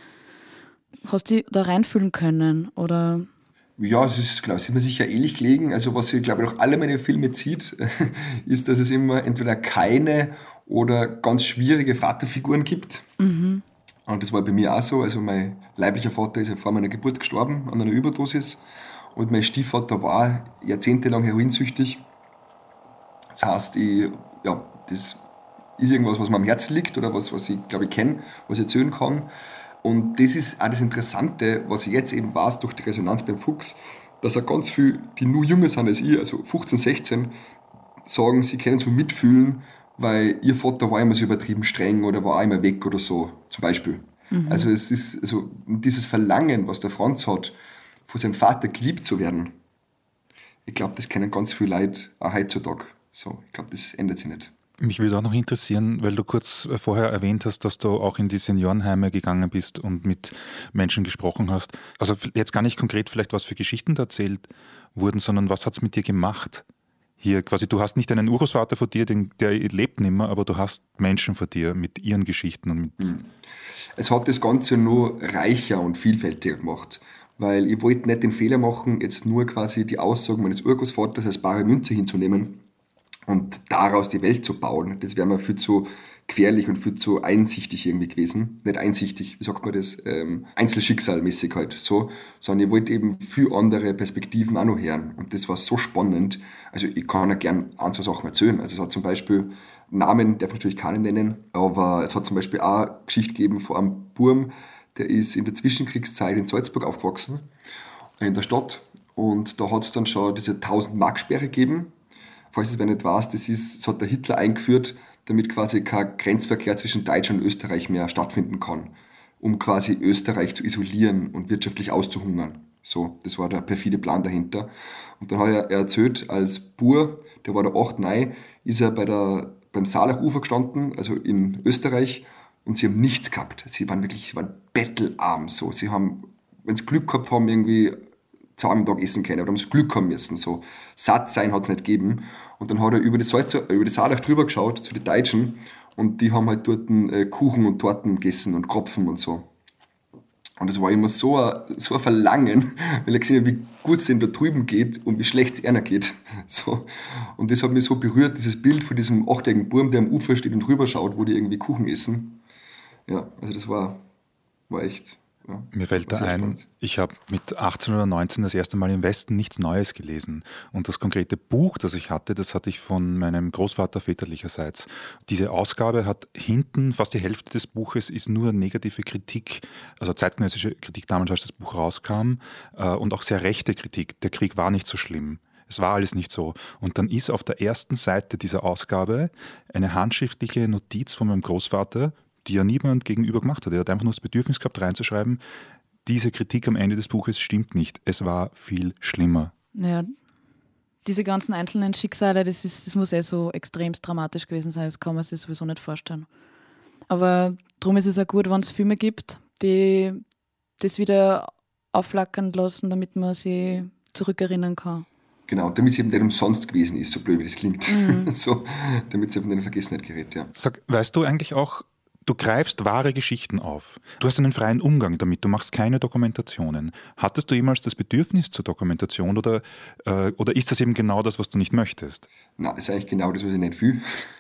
S2: hast du dich da reinfühlen können, oder?
S5: Ja, es ist, glaube ich, ist mir sicher ähnlich gelegen. Also was ich, glaube ich, auch alle meine Filme zieht, ist, dass es immer entweder keine oder ganz schwierige Vaterfiguren gibt. Mhm. Und das war bei mir auch so. Also mein leiblicher Vater ist ja vor meiner Geburt gestorben an einer Überdosis. Und mein Stiefvater war jahrzehntelang heroinsüchtig. Das heißt, ich, ja, das ist irgendwas, was mir am Herzen liegt oder was, was ich, glaube ich, kenne, was ich erzählen kann. Und das ist auch das Interessante, was ich jetzt eben weiß durch die Resonanz beim Fuchs, dass auch ganz viele, die nur jünger sind als ich, also fünfzehn, sechzehn, sagen, sie können so mitfühlen, weil ihr Vater war immer so übertrieben streng oder war auch immer weg oder so, zum Beispiel. Mhm. Also es ist also dieses Verlangen, was der Franz hat, von seinem Vater geliebt zu werden, ich glaube, das kennen ganz viele Leute auch heutzutage. So, ich glaube, das ändert sich nicht.
S3: Mich würde auch noch interessieren, weil du kurz vorher erwähnt hast, dass du auch in die Seniorenheime gegangen bist und mit Menschen gesprochen hast. Also jetzt gar nicht konkret vielleicht, was für Geschichten da erzählt wurden, sondern was hat es mit dir gemacht? Hier quasi, du hast nicht einen Urgroßvater vor dir, den, der lebt nicht mehr, aber du hast Menschen vor dir mit ihren Geschichten. Und mit
S5: es hat das Ganze nur reicher und vielfältiger gemacht, weil ich wollte nicht den Fehler machen, jetzt nur quasi die Aussagen meines Urgroßvaters als bare Münze hinzunehmen und daraus die Welt zu bauen. Das wäre mir viel zu gefährlich und viel zu einsichtig irgendwie gewesen. Nicht einsichtig, wie sagt man das? Ähm, Einzelschicksalmäßig halt so. Sondern ich wollte eben viel andere Perspektiven auch noch hören. Und das war so spannend. Also ich kann ja gern ein, zwei Sachen erzählen. Also es hat zum Beispiel Namen, darf ich natürlich keinen nennen, aber es hat zum Beispiel auch eine Geschichte gegeben von einem Burm, der ist in der Zwischenkriegszeit in Salzburg aufgewachsen, in der Stadt. Und da hat es dann schon diese tausend-Mark-Sperre gegeben. Falls es wer nicht weiß, das, ist, das hat der Hitler eingeführt, damit quasi kein Grenzverkehr zwischen Deutschland und Österreich mehr stattfinden kann, um quasi Österreich zu isolieren und wirtschaftlich auszuhungern. So, das war der perfide Plan dahinter. Und dann hat er, er erzählt, als Bur, der war da acht, neun, ist er bei der, beim Saalachufer gestanden, also in Österreich, und sie haben nichts gehabt. Sie waren wirklich, sie waren bettelarm. So. Sie haben, wenn sie Glück gehabt haben, irgendwie zweimal am Tag essen können oder haben das Glück haben müssen. So. Satt sein hat es nicht gegeben. Und dann hat er über die, Salz, über die Saalach drüber geschaut zu den Deutschen und die haben halt dort äh, Kuchen und Torten gegessen und Kropfen und so. Und das war immer so ein, so ein Verlangen, weil ich gesehen habe, wie gut es denen da drüben geht und wie schlecht es einer geht. So. Und das hat mich so berührt, dieses Bild von diesem achtjährigen Burm, der am Ufer steht und drüber schaut, wo die irgendwie Kuchen essen. Ja, also das war, war echt... Ja,
S3: mir fällt da ein, spannend. Ich habe mit achtzehn oder neunzehn das erste Mal im Westen nichts Neues gelesen. Und das konkrete Buch, das ich hatte, das hatte ich von meinem Großvater väterlicherseits. Diese Ausgabe hat hinten, fast die Hälfte des Buches ist nur negative Kritik, also zeitgenössische Kritik damals, als das Buch rauskam, und auch sehr rechte Kritik. Der Krieg war nicht so schlimm. Es war alles nicht so. Und dann ist auf der ersten Seite dieser Ausgabe eine handschriftliche Notiz von meinem Großvater, die ja niemand gegenüber gemacht hat. Er hat einfach nur das Bedürfnis gehabt, reinzuschreiben, diese Kritik am Ende des Buches stimmt nicht. Es war viel schlimmer.
S2: Ja, diese ganzen einzelnen Schicksale, das, ist, das muss eh so extremst dramatisch gewesen sein, das kann man sich sowieso nicht vorstellen. Aber darum ist es auch gut, wenn es Filme gibt, die das wieder aufflackern lassen, damit man sich zurückerinnern kann.
S5: Genau, damit es eben nicht umsonst gewesen ist, so blöd wie das klingt. Mhm. So, damit es eben nicht in Vergessenheit gerät. Ja.
S3: Sag, weißt du eigentlich auch, du greifst wahre Geschichten auf. Du hast einen freien Umgang damit, du machst keine Dokumentationen. Hattest du jemals das Bedürfnis zur Dokumentation oder, äh, oder ist das eben genau das, was du nicht möchtest?
S5: Nein, das ist eigentlich genau das, was ich nicht fühle.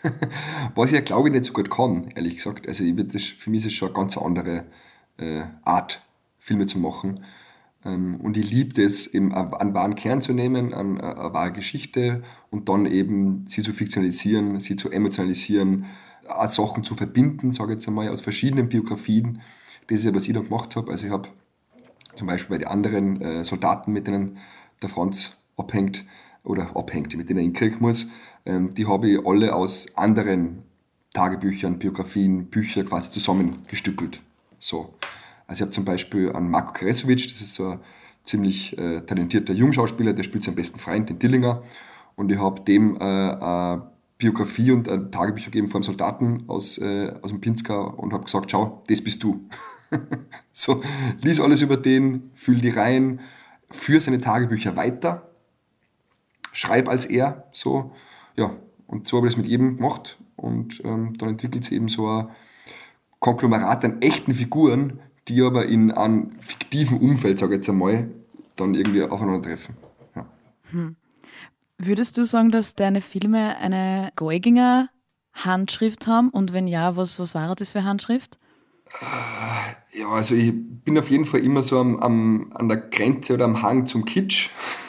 S5: Was ich ja, glaube ich, nicht so gut kann, ehrlich gesagt. Also ich das, für mich ist es schon eine ganz andere äh, Art, Filme zu machen. Ähm, und ich liebe es, eben einen wahren Kern zu nehmen, eine, eine wahre Geschichte und dann eben sie zu fiktionalisieren, sie zu emotionalisieren, auch Sachen zu verbinden, sage ich jetzt einmal, aus verschiedenen Biografien. Das ist ja, was ich dann gemacht habe. Also ich habe zum Beispiel bei den anderen äh, Soldaten, mit denen der Franz abhängt, oder abhängt, mit denen ich hinkriegen muss, ähm, die habe ich alle aus anderen Tagebüchern, Biografien, Büchern quasi zusammengestückelt. So. Also ich habe zum Beispiel an Marko Kresovic, das ist so ein ziemlich äh, talentierter Jungschauspieler, der spielt seinen besten Freund, den Dillinger, und ich habe dem äh, eine Biografie und ein Tagebuch gegeben von einem Soldaten aus, äh, aus dem Pinzgau und habe gesagt, schau, das bist du. So, lies alles über den, fühl die rein, führ seine Tagebücher weiter, schreib als er, so, ja, und so habe ich das mit jedem gemacht und ähm, dann entwickelt sich eben so ein Konglomerat an echten Figuren, die aber in einem fiktiven Umfeld, sage ich jetzt einmal, dann irgendwie aufeinandertreffen. Ja.
S2: Hm. Würdest du sagen, dass deine Filme eine Geuginger Handschrift haben? Und wenn ja, was, was war das für Handschrift?
S5: Ja, also ich bin auf jeden Fall immer so am, am, an der Grenze oder am Hang zum Kitsch.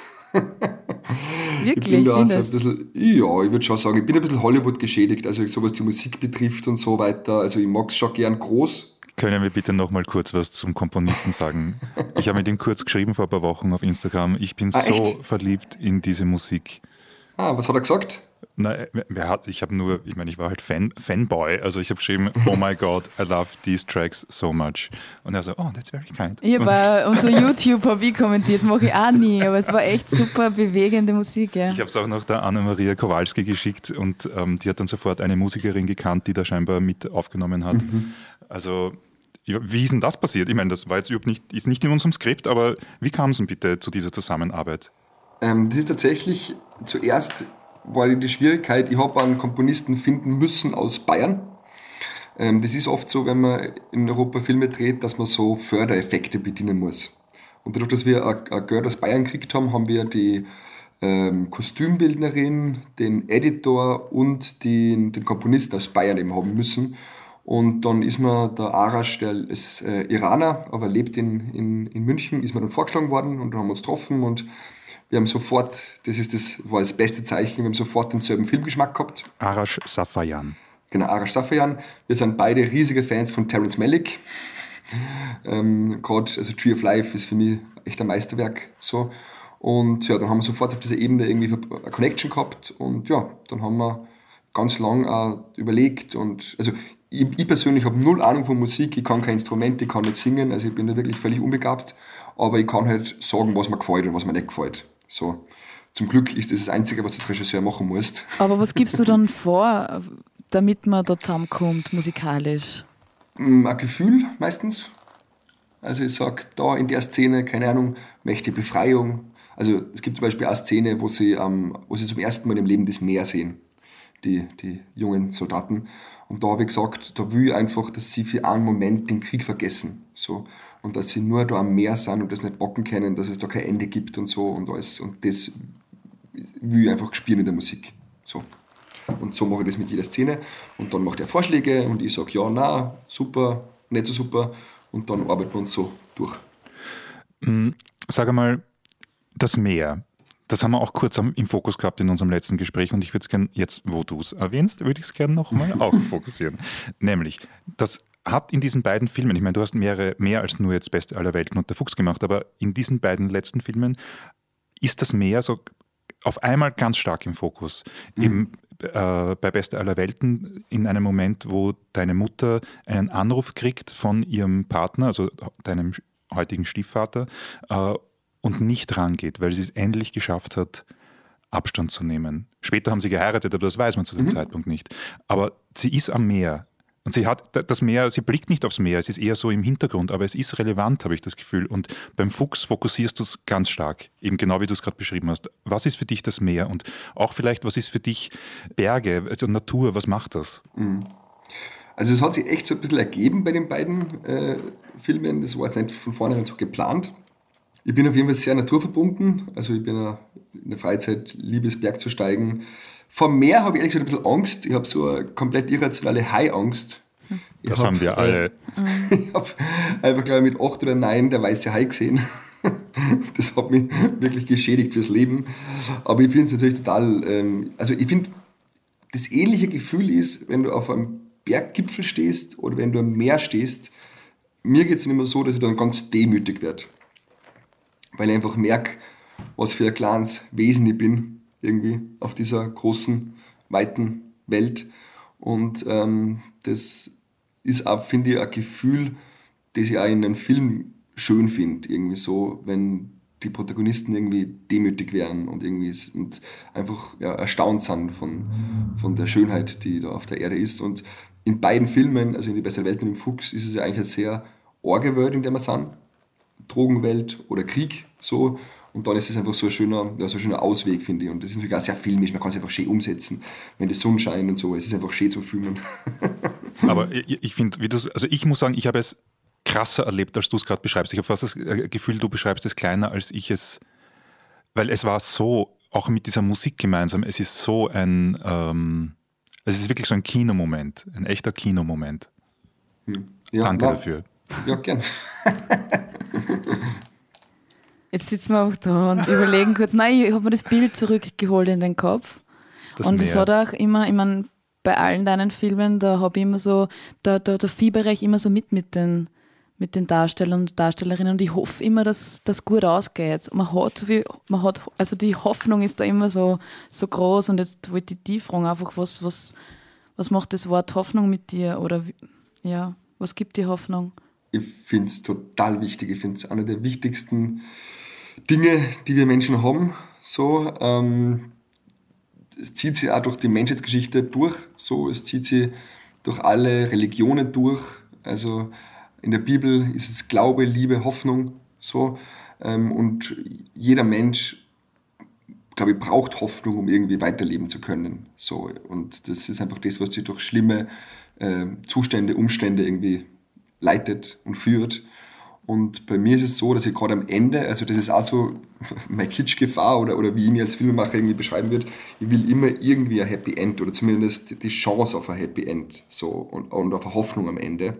S2: Wirklich?
S5: Ich bin da so ein bisschen, ja, ich würde schon sagen, ich bin ein bisschen Hollywood geschädigt, also so was die Musik betrifft und so weiter. Also ich mag es schon gern groß.
S3: Können wir bitte noch mal kurz was zum Komponisten sagen? Ich habe mit ihm kurz geschrieben vor ein paar Wochen auf Instagram. Ich bin
S5: Ah,
S3: so
S5: echt?
S3: verliebt in diese Musik.
S5: Ah, was hat er gesagt?
S3: Na, wer hat, ich habe nur, ich meine, ich war halt Fan, Fanboy, also ich habe geschrieben, oh my God, I love these tracks so much. Und er so, oh, that's very kind.
S2: Ich habe unter YouTube habe ich kommentiert, das mache ich auch nie, aber es war echt super bewegende Musik. Ja.
S3: Ich habe es auch noch der Anna-Maria Kowalski geschickt und ähm, die hat dann sofort eine Musikerin gekannt, die da scheinbar mit aufgenommen hat. Mhm. Also, wie ist denn das passiert? Ich meine, das war jetzt überhaupt nicht, ist nicht in unserem Skript, aber wie kam es denn bitte zu dieser Zusammenarbeit?
S5: Ähm, das ist tatsächlich zuerst war die Schwierigkeit, ich habe einen Komponisten finden müssen aus Bayern. Ähm, das ist oft so, wenn man in Europa Filme dreht, dass man so Fördereffekte bedienen muss. Und dadurch, dass wir ein Geld aus Bayern gekriegt haben, haben wir die ähm, Kostümbildnerin, den Editor und den, den Komponisten aus Bayern eben haben müssen. Und dann ist mir der Arash, der ist äh, Iraner, aber lebt in, in, in München, ist mir dann vorgeschlagen worden und dann haben wir uns getroffen und wir haben sofort, das ist das, war das beste Zeichen, wir haben sofort denselben Filmgeschmack gehabt.
S3: Arash Safayan.
S5: Genau, Arash Safayan. Wir sind beide riesige Fans von Terrence Malick. ähm, Gerade, also Tree of Life ist für mich echt ein Meisterwerk. So. Und ja, dann haben wir sofort auf dieser Ebene irgendwie eine Connection gehabt und ja, dann haben wir ganz lang auch überlegt und, also ich, ich persönlich habe null Ahnung von Musik, ich kann kein Instrument, ich kann nicht singen, also ich bin da wirklich völlig unbegabt, aber ich kann halt sagen, was mir gefällt und was mir nicht gefällt. So. Zum Glück ist das das Einzige, was du als Regisseur machen musst.
S2: Aber was gibst du dann vor, damit man da zusammenkommt, musikalisch?
S5: Ein Gefühl meistens. Also ich sage, da in der Szene, keine Ahnung, möchte ich Befreiung. Also es gibt zum Beispiel eine Szene, wo sie, ähm, wo sie zum ersten Mal im Leben das Meer sehen, die, die jungen Soldaten. Und da habe ich gesagt, da will ich einfach, dass sie für einen Moment den Krieg vergessen. So. Und dass sie nur da am Meer sind und das nicht bocken können, dass es da kein Ende gibt und so und alles. Und das will ich einfach spielen in der Musik. So. Und so mache ich das mit jeder Szene. Und dann macht er Vorschläge und ich sage, ja, na, super, nicht so super. Und dann arbeiten wir uns so durch.
S3: Sag einmal, das Meer, das haben wir auch kurz im Fokus gehabt in unserem letzten Gespräch und ich würde es gerne, jetzt wo du es erwähnst, würde ich es gerne nochmal auch fokussieren. Nämlich, das hat in diesen beiden Filmen, ich meine, du hast mehrere, mehr als nur jetzt Beste aller Welten und der Fuchs gemacht, aber in diesen beiden letzten Filmen ist das Meer so auf einmal ganz stark im Fokus. Mhm. Eben äh, bei Beste aller Welten in einem Moment, wo deine Mutter einen Anruf kriegt von ihrem Partner, also deinem heutigen Stiefvater, äh, und nicht rangeht, weil sie es endlich geschafft hat, Abstand zu nehmen. Später haben sie geheiratet, aber das weiß man zu dem mhm. Zeitpunkt nicht. Aber sie ist am Meer. Und sie hat das Meer, sie blickt nicht aufs Meer, es ist eher so im Hintergrund, aber es ist relevant, habe ich das Gefühl. Und beim Fuchs fokussierst du es ganz stark, eben genau wie du es gerade beschrieben hast. Was ist für dich das Meer? Und auch vielleicht, was ist für dich Berge, also Natur, was macht das?
S5: Also es hat sich echt so ein bisschen ergeben bei den beiden äh, Filmen, das war jetzt nicht von vornherein so geplant. Ich bin auf jeden Fall sehr naturverbunden, also ich bin in der Freizeit, liebe es Berg zu steigen. Vom Meer habe ich ehrlich gesagt ein bisschen Angst. Ich habe so eine komplett irrationale Haiangst. Ich
S3: das
S5: hab,
S3: haben wir alle.
S5: Äh, ich habe einfach, glaube ich, mit acht oder neun der weiße Hai gesehen. Das hat mich wirklich geschädigt fürs Leben. Aber ich finde es natürlich total, ähm, also ich finde, das ähnliche Gefühl ist, wenn du auf einem Berggipfel stehst oder wenn du am Meer stehst, mir geht es nicht mehr so, dass ich dann ganz demütig werde. Weil ich einfach merke, was für ein kleines Wesen ich bin irgendwie auf dieser großen, weiten Welt. Und ähm, das ist auch, finde ich, ein Gefühl, das ich auch in einem Film schön finde, irgendwie so, wenn die Protagonisten irgendwie demütig wären und irgendwie und einfach ja, erstaunt sind von, von der Schönheit, die da auf der Erde ist. Und in beiden Filmen, also in Die bessere Welt und im Fuchs, ist es ja eigentlich eine sehr arge Welt, in der wir sind. Drogenwelt oder Krieg, so. Und dann ist es einfach so ein schöner, ja, so ein schöner Ausweg, finde ich. Und das ist natürlich auch sehr filmisch, man kann es einfach schön umsetzen, wenn die Sonne scheint und so. Es ist einfach schön zu filmen.
S3: Aber ich, ich finde, wie du, also ich muss sagen, ich habe es krasser erlebt, als du es gerade beschreibst. Ich habe fast das Gefühl, du beschreibst es kleiner, als ich es, weil es war so, auch mit dieser Musik gemeinsam, es ist so ein, ähm, es ist wirklich so ein Kinomoment, ein echter Kinomoment.
S5: Hm. Ja,
S3: Danke
S5: na,
S3: dafür.
S5: Ja, gern.
S2: Jetzt sitzen wir auch da und überlegen kurz, nein, ich habe mir das Bild zurückgeholt in den Kopf.
S3: Das
S2: und es
S3: Meer.
S2: hat auch immer, ich meine, bei allen deinen Filmen, da habe ich immer so, da, da, da fiebere ich immer so mit mit den, mit den Darstellern und Darstellerinnen und ich hoffe immer, dass das gut ausgeht. Man hat so viel, man hat, also die Hoffnung ist da immer so, so groß und jetzt wollte ich die fragen, einfach was, was, was macht das Wort Hoffnung mit dir oder wie, ja, was gibt dir Hoffnung?
S5: Ich finde es total wichtig. Ich finde es eine der wichtigsten Dinge, die wir Menschen haben. So, ähm, es zieht sich auch durch die Menschheitsgeschichte durch. So, es zieht sich durch alle Religionen durch. Also in der Bibel ist es Glaube, Liebe, Hoffnung. So, ähm, und jeder Mensch, glaube ich, braucht Hoffnung, um irgendwie weiterleben zu können. So, und das ist einfach das, was sich durch schlimme äh, Zustände, Umstände irgendwie leitet und führt. Und bei mir ist es so, dass ich gerade am Ende, also das ist auch so meine Kitschgefahr oder, oder wie ich mich als Filmemacher irgendwie beschreiben würde, ich will immer irgendwie ein Happy End oder zumindest die Chance auf ein Happy End so, und, und auf eine Hoffnung am Ende.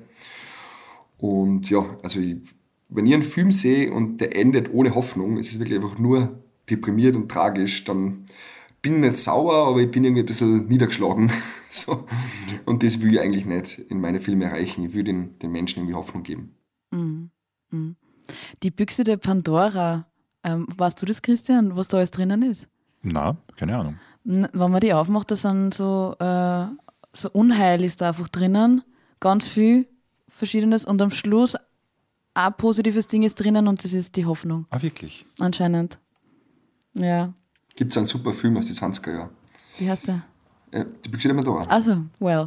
S5: Und ja, also ich, wenn ich einen Film sehe und der endet ohne Hoffnung, es ist wirklich einfach nur deprimiert und tragisch, dann bin ich nicht sauer, aber ich bin irgendwie ein bisschen niedergeschlagen. So. Und das will ich eigentlich nicht in meine Filme erreichen. Ich will den, den Menschen irgendwie Hoffnung geben.
S2: Mhm. Mhm. Die Büchse der Pandora, ähm, weißt du das, Christian, was da alles drinnen ist?
S3: Na, keine Ahnung.
S2: N- Wenn man die aufmacht, da sind so, äh, so Unheil ist da einfach drinnen, ganz viel Verschiedenes und am Schluss ein positives Ding ist drinnen und das ist die Hoffnung,
S3: Ah, wirklich?
S2: anscheinend. Ja,
S5: Gibt es einen super Film aus den zwanziger Jahren.
S2: wie heißt der?
S5: Äh, die Büchse der Pandora.
S2: Also, well.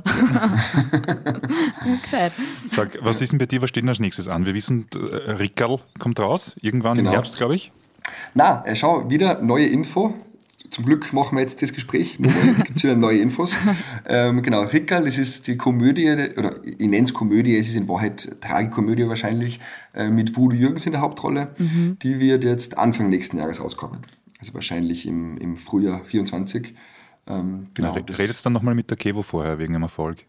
S2: Gescheit.
S3: Sag, was ist denn bei dir, was steht denn als nächstes an? Wir wissen, äh, Rickerl kommt raus, irgendwann
S5: Genau.
S3: im Herbst, glaube ich.
S5: Na, äh, schau, wieder neue Info. Zum Glück machen wir jetzt das Gespräch. Nur mal, jetzt gibt es wieder neue Infos. ähm, genau, Rickerl, das ist die Komödie, oder ich nenne es Komödie, es ist in Wahrheit Tragikomödie wahrscheinlich, äh, mit Wudo Jürgens in der Hauptrolle. Mhm. Die wird jetzt Anfang nächsten Jahres rauskommen. Also wahrscheinlich im, im Frühjahr vierundzwanzig. Ähm, genau,
S3: Na, redest dann nochmal mit der Kevo vorher wegen dem Erfolg.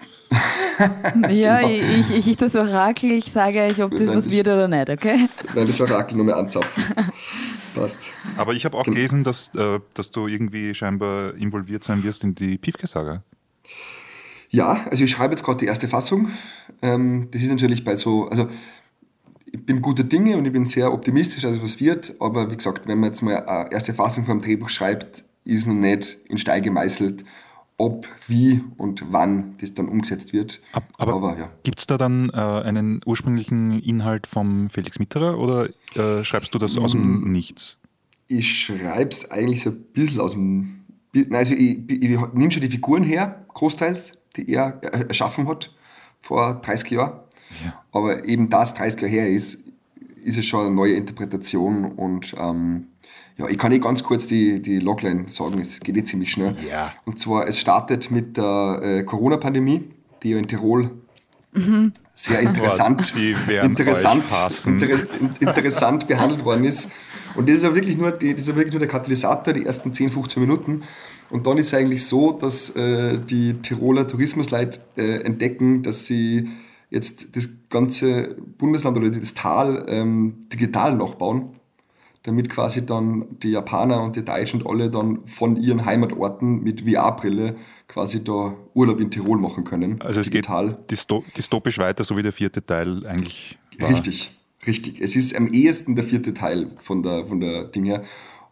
S2: Ja, ich, ich, ich das Orakel, ich sage euch, ob das
S5: Nein,
S2: was
S5: das-
S2: wird oder nicht, okay?
S5: Nein, das Orakel nur mehr anzapfen. Passt.
S3: Aber ich habe auch
S5: Genau.
S3: gelesen, dass, äh, dass du irgendwie scheinbar involviert sein wirst in die Piefke-Saga.
S5: Ja, also ich schreibe jetzt gerade die erste Fassung. Ähm, das ist natürlich bei so, also ich bin guter Dinge und ich bin sehr optimistisch, dass es was wird, aber wie gesagt, wenn man jetzt mal eine erste Fassung vom Drehbuch schreibt, ist noch nicht in Stein gemeißelt, ob, wie und wann das dann umgesetzt wird.
S3: Ab- Aber,
S5: Aber ja.
S3: gibt es da dann äh, einen ursprünglichen Inhalt vom Felix Mitterer oder äh, schreibst du das aus dem Nichts?
S5: Ich schreibe es eigentlich so ein bisschen aus dem... Nein, also ich, ich, ich nehme schon die Figuren her, großteils, die er erschaffen hat vor dreißig Jahren.
S3: Ja.
S5: Aber eben da es dreißig Jahre her ist, ist es schon eine neue Interpretation. Und ähm, ja, ich kann eh ganz kurz die, die Logline sagen, es geht eh ziemlich schnell.
S3: Ja.
S5: Und zwar, es startet mit der äh, Corona-Pandemie, die ja in Tirol mhm. sehr interessant,
S3: Die werden
S5: interessant,
S3: euch hassen.
S5: inter, interessant behandelt worden ist. Und das ist ja wirklich nur, die, das ist ja wirklich nur der Katalysator, die ersten zehn, fünfzehn Minuten. Und dann ist es eigentlich so, dass äh, die Tiroler Tourismusleute äh, entdecken, dass sie jetzt das ganze Bundesland oder das Tal ähm, digital nachbauen, damit quasi dann die Japaner und die Deutschen und alle dann von ihren Heimatorten mit V R-Brille quasi da Urlaub in Tirol machen können.
S3: Also es
S5: digital.
S3: geht dysto- dystopisch weiter, so wie der vierte Teil eigentlich war.
S5: Richtig, richtig. Es ist am ehesten der vierte Teil von der, von der Ding her.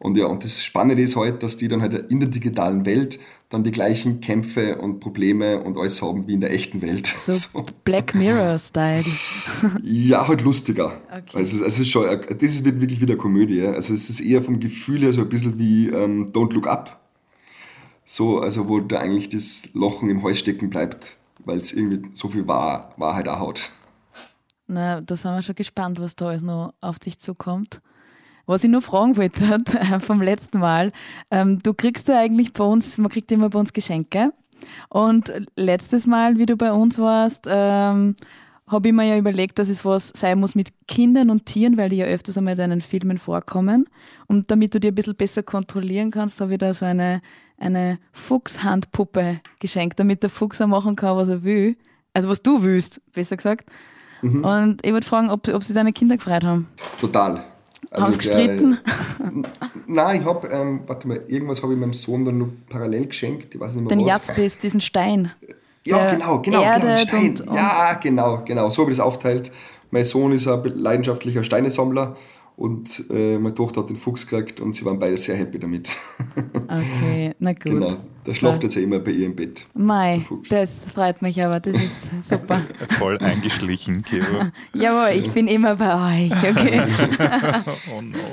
S5: Und ja, und das Spannende ist halt, dass die dann halt in der digitalen Welt dann die gleichen Kämpfe und Probleme und alles haben wie in der echten Welt.
S2: So, so. Black Mirror-Style.
S5: Ja, halt lustiger.
S2: Okay.
S5: Also es ist schon, das ist wirklich wieder Komödie. Also es ist eher vom Gefühl her so ein bisschen wie ähm, Don't Look Up. So, also wo da eigentlich das Lochen im Hals stecken bleibt, weil es irgendwie so viel Wahr, Wahrheit auch hat.
S2: Na, da sind wir schon gespannt, was da alles noch auf dich zukommt. Was ich nur fragen wollte äh, vom letzten Mal, ähm, du kriegst ja eigentlich bei uns, man kriegt immer bei uns Geschenke. Und letztes Mal, wie du bei uns warst, ähm, habe ich mir ja überlegt, dass es was sein muss mit Kindern und Tieren, weil die ja öfters einmal in deinen Filmen vorkommen. Und damit du dir ein bisschen besser kontrollieren kannst, habe ich da so eine, eine Fuchshandpuppe geschenkt, damit der Fuchs auch machen kann, was er will. Also was du willst, besser gesagt. Mhm. Und ich wollte fragen, ob, ob sie deine Kinder gefreut haben.
S5: Total.
S2: Also haben sie gestritten?
S5: Der, nein, ich habe, ähm, warte mal, irgendwas habe ich meinem Sohn dann noch parallel geschenkt. Ich weiß nicht mehr
S2: Den
S5: was.
S2: Jaspis, diesen Stein.
S5: Ja, genau, genau, genau, den Stein.
S2: Und, und
S5: ja, genau, genau, so habe ich das aufteilt. Mein Sohn ist ein leidenschaftlicher Steinesammler und äh, meine Tochter hat den Fuchs gekriegt und sie waren beide sehr happy damit.
S2: Okay, na gut.
S5: Genau, der schlaft jetzt ja immer bei ihr im Bett.
S2: Mei, das freut mich aber, das ist super.
S3: Voll eingeschlichen, Kiro.
S2: Jawohl, ich bin immer bei euch, okay.
S3: Oh no.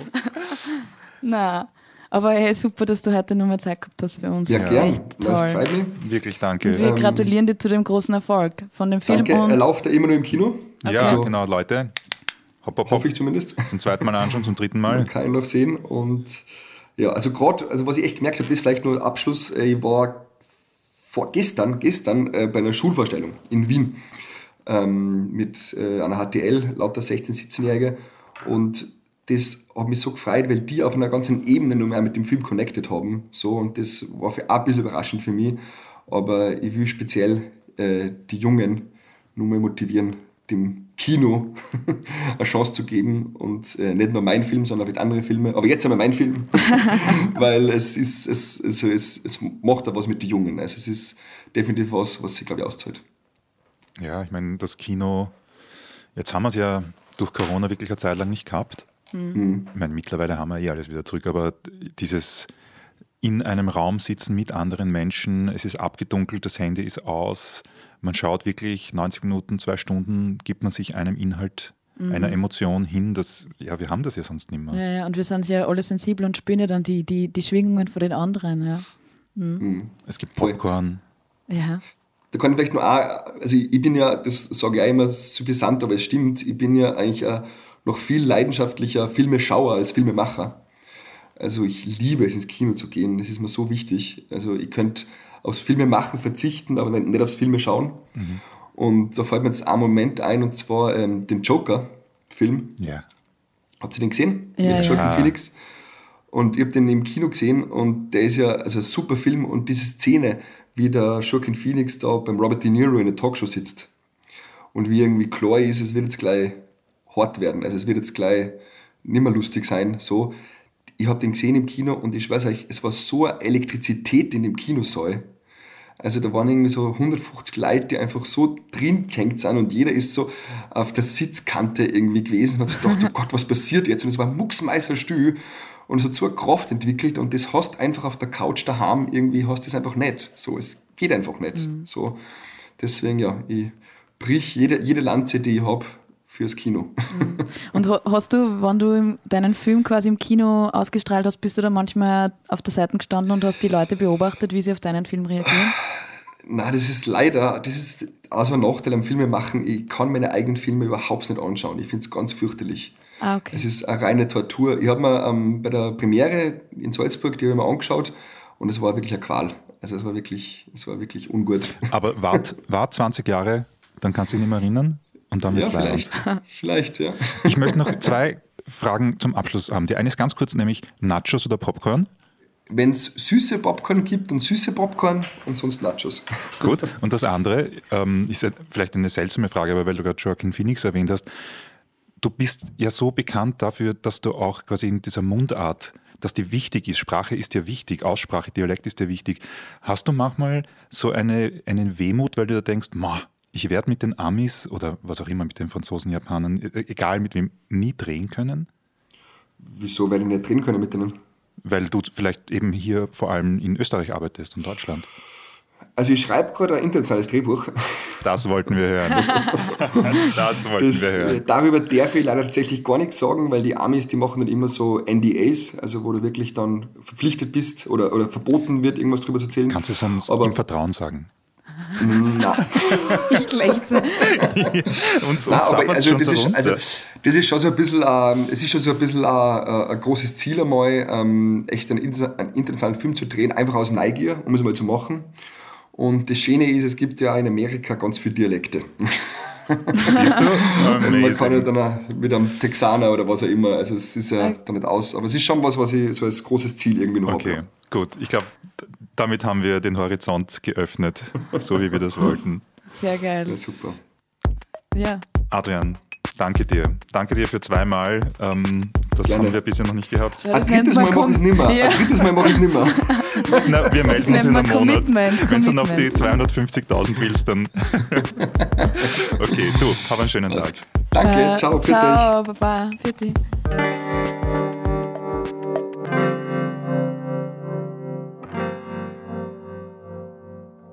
S2: Na, aber hey, super, dass du heute nochmal Zeit gehabt hast für uns.
S5: Ja, gern.
S2: Echt toll.
S5: Das freut mich.
S3: Wirklich, danke.
S2: Und wir
S5: Ähm,
S2: gratulieren dir zu dem großen Erfolg von dem Film.
S5: Danke,
S2: und
S5: er läuft ja immer nur im Kino.
S2: Okay.
S3: Ja,
S5: Also,
S3: genau, Leute. Hopp, hopp, hopp.
S5: hoffe ich zumindest.
S3: Zum zweiten Mal anschauen, zum dritten Mal.
S5: Man kann ihn noch sehen. Und ja, also gerade, also was ich echt gemerkt habe, das ist vielleicht nur Abschluss. Ich war vor gestern, gestern äh, bei einer Schulvorstellung in Wien ähm, mit äh, einer H T L, lauter sechzehn-, siebzehnjährige. Und das hat mich so gefreut, weil die auf einer ganzen Ebene nur mehr mit dem Film connected haben. So, und das war für, auch ein bisschen überraschend für mich. Aber ich will speziell äh, die Jungen nur mal motivieren, dem Kino eine Chance zu geben. Und äh, nicht nur mein Film, sondern auch mit anderen Filmen. Aber jetzt einmal mein Film. Weil es ist, es, also es, es macht da was mit den Jungen. Also es ist definitiv was, was sich, glaube ich, auszahlt.
S3: Ja, ich meine, das Kino, jetzt haben wir es ja durch Corona wirklich eine Zeit lang nicht gehabt. Mhm. Ich meine, mittlerweile haben wir eh alles wieder zurück, aber dieses in einem Raum sitzen mit anderen Menschen, es ist abgedunkelt, das Handy ist aus, man schaut wirklich neunzig Minuten, zwei Stunden, gibt man sich einem Inhalt, mhm. einer Emotion hin, das, ja, wir haben das ja sonst nicht mehr.
S2: Ja, ja, und wir sind ja alle sensibel und spüren ja dann die, die, die Schwingungen von den anderen. Ja. Mhm.
S5: Mhm.
S3: Es gibt Popcorn.
S2: Ja.
S5: Da kann ich vielleicht noch auch, also ich, ich bin ja, das sage ich auch immer suffisant, aber es stimmt, ich bin ja eigentlich ein noch viel leidenschaftlicher Filmeschauer als Filmemacher. Also ich liebe es, ins Kino zu gehen, das ist mir so wichtig. Also ich könnte aufs Filmemachen verzichten, aber nicht aufs Filme schauen. Mhm. Und da fällt mir jetzt ein Moment ein, und zwar ähm, den Joker-Film.
S3: Ja.
S5: Habt ihr den gesehen?
S2: Ja,
S5: Mit Joaquin
S3: ja.
S5: Phoenix. Und ich habe den im Kino gesehen und der ist ja also ein super Film. Und diese Szene, wie der Joaquin Phoenix da beim Robert De Niro in der Talkshow sitzt und wie irgendwie klar ist, es wird jetzt gleich hart werden. Also es wird jetzt gleich nicht mehr lustig sein. So. Ich habe den gesehen im Kino und ich weiß euch, es war so eine Elektrizität in dem Kinosaal. Also da waren irgendwie so hundertfünfzig Leute, die einfach so drin gehängt sind und jeder ist so auf der Sitzkante irgendwie gewesen und hat sich gedacht, oh Gott, was passiert jetzt? Und es war mucksmeißerstill und es hat so eine Kraft entwickelt und das hast einfach auf der Couch daheim irgendwie, hast das einfach nicht. So, es geht einfach nicht. Mhm. So. Deswegen, ja, ich brich jede, jede Lanze, die ich habe, fürs Kino.
S2: Und hast du, wenn du deinen Film quasi im Kino ausgestrahlt hast, bist du da manchmal auf der Seite gestanden und hast die Leute beobachtet, wie sie auf deinen Film reagieren?
S5: Nein, das ist leider, das ist also ein Nachteil am Filme machen. Ich kann meine eigenen Filme überhaupt nicht anschauen. Ich finde es ganz fürchterlich.
S2: Ah, okay.
S5: Es ist eine reine Tortur. Ich habe mir ähm, bei der Premiere in Salzburg, die habe ich mir angeschaut und es war wirklich eine Qual. Also es war wirklich, es war wirklich ungut.
S3: Aber wart, wart zwanzig Jahre, dann kannst du dich nicht mehr erinnern? Und dann
S5: ja,
S3: wird's
S5: vielleicht. vielleicht, ja.
S3: Ich möchte noch zwei Fragen zum Abschluss haben. Die eine ist ganz kurz, nämlich Nachos oder Popcorn?
S5: Wenn es süße Popcorn gibt, dann süße Popcorn und sonst Nachos.
S3: Gut. Und das andere ähm, ist vielleicht eine seltsame Frage, aber weil du gerade Joaquin Phoenix erwähnt hast, du bist ja so bekannt dafür, dass du auch quasi in dieser Mundart, dass die wichtig ist, Sprache ist dir wichtig, Aussprache, Dialekt ist dir wichtig. Hast du manchmal so eine, einen Wehmut, weil du da denkst, ma, ich werde mit den Amis oder was auch immer, mit den Franzosen, Japanern, egal mit wem, nie drehen können?
S5: Wieso werde ich nicht drehen können mit denen?
S3: weil du vielleicht eben hier vor allem in Österreich arbeitest und Deutschland?
S5: Also ich schreibe gerade ein internationales Drehbuch.
S3: Das wollten wir hören. Das wollten
S5: das,
S3: wir hören.
S5: Darüber darf ich leider tatsächlich gar nichts sagen, weil die Amis, die machen dann immer so N D As, also wo du wirklich dann verpflichtet bist oder, oder verboten wird, irgendwas drüber zu erzählen.
S3: Kannst du es uns
S5: Aber
S3: im Vertrauen sagen?
S5: Nein.
S2: Ich lächle.
S3: uns
S5: Nein,
S3: uns
S5: aber also
S3: schon
S5: das,
S3: so
S5: ist, also
S3: runter.
S5: das ist schon so ein bisschen, ähm, es ist schon so ein bisschen äh, ein großes Ziel einmal, ähm, echt einen, inter- einen internationalen Film zu drehen, einfach aus Neugier, um es mal zu machen. Und das Schöne ist, es gibt ja in Amerika ganz viele Dialekte.
S3: Siehst du?
S5: Und man kann ja
S3: Amazing.
S5: dann auch mit einem Texaner oder was auch immer, also es ist ja da nicht aus, aber es ist schon was, was ich so als großes Ziel irgendwie noch
S3: Okay,
S5: habe.
S3: gut. Ich glaube, damit haben wir den Horizont geöffnet, so wie wir das wollten.
S2: Sehr geil.
S5: Ja, super.
S2: Ja.
S3: Adrian, danke dir. Danke dir für zweimal. Ähm, das
S5: Gerne.
S3: haben wir bisher noch nicht gehabt.
S2: Ja,
S5: Ein
S2: das nennt
S5: drittes
S2: man
S5: Mal mache ich es
S2: Kom-
S5: nicht mehr.
S2: Ja.
S5: Ein drittes Mal mache ich es nicht mehr.
S3: Na, wir melden uns
S2: nennt
S3: in
S2: man
S3: einem Monat.
S2: Commitment,
S3: Wenn du dann auf die
S2: Commitment.
S3: zweihundertfünfzigtausend willst, dann... Okay, du, hab einen schönen Tag.
S5: Danke,
S2: Äh,
S5: ciao, bitte.
S2: Ciao, Baba. Für dich.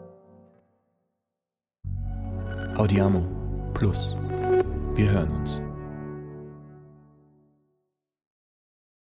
S1: Audiamo Plus. Wir hören uns.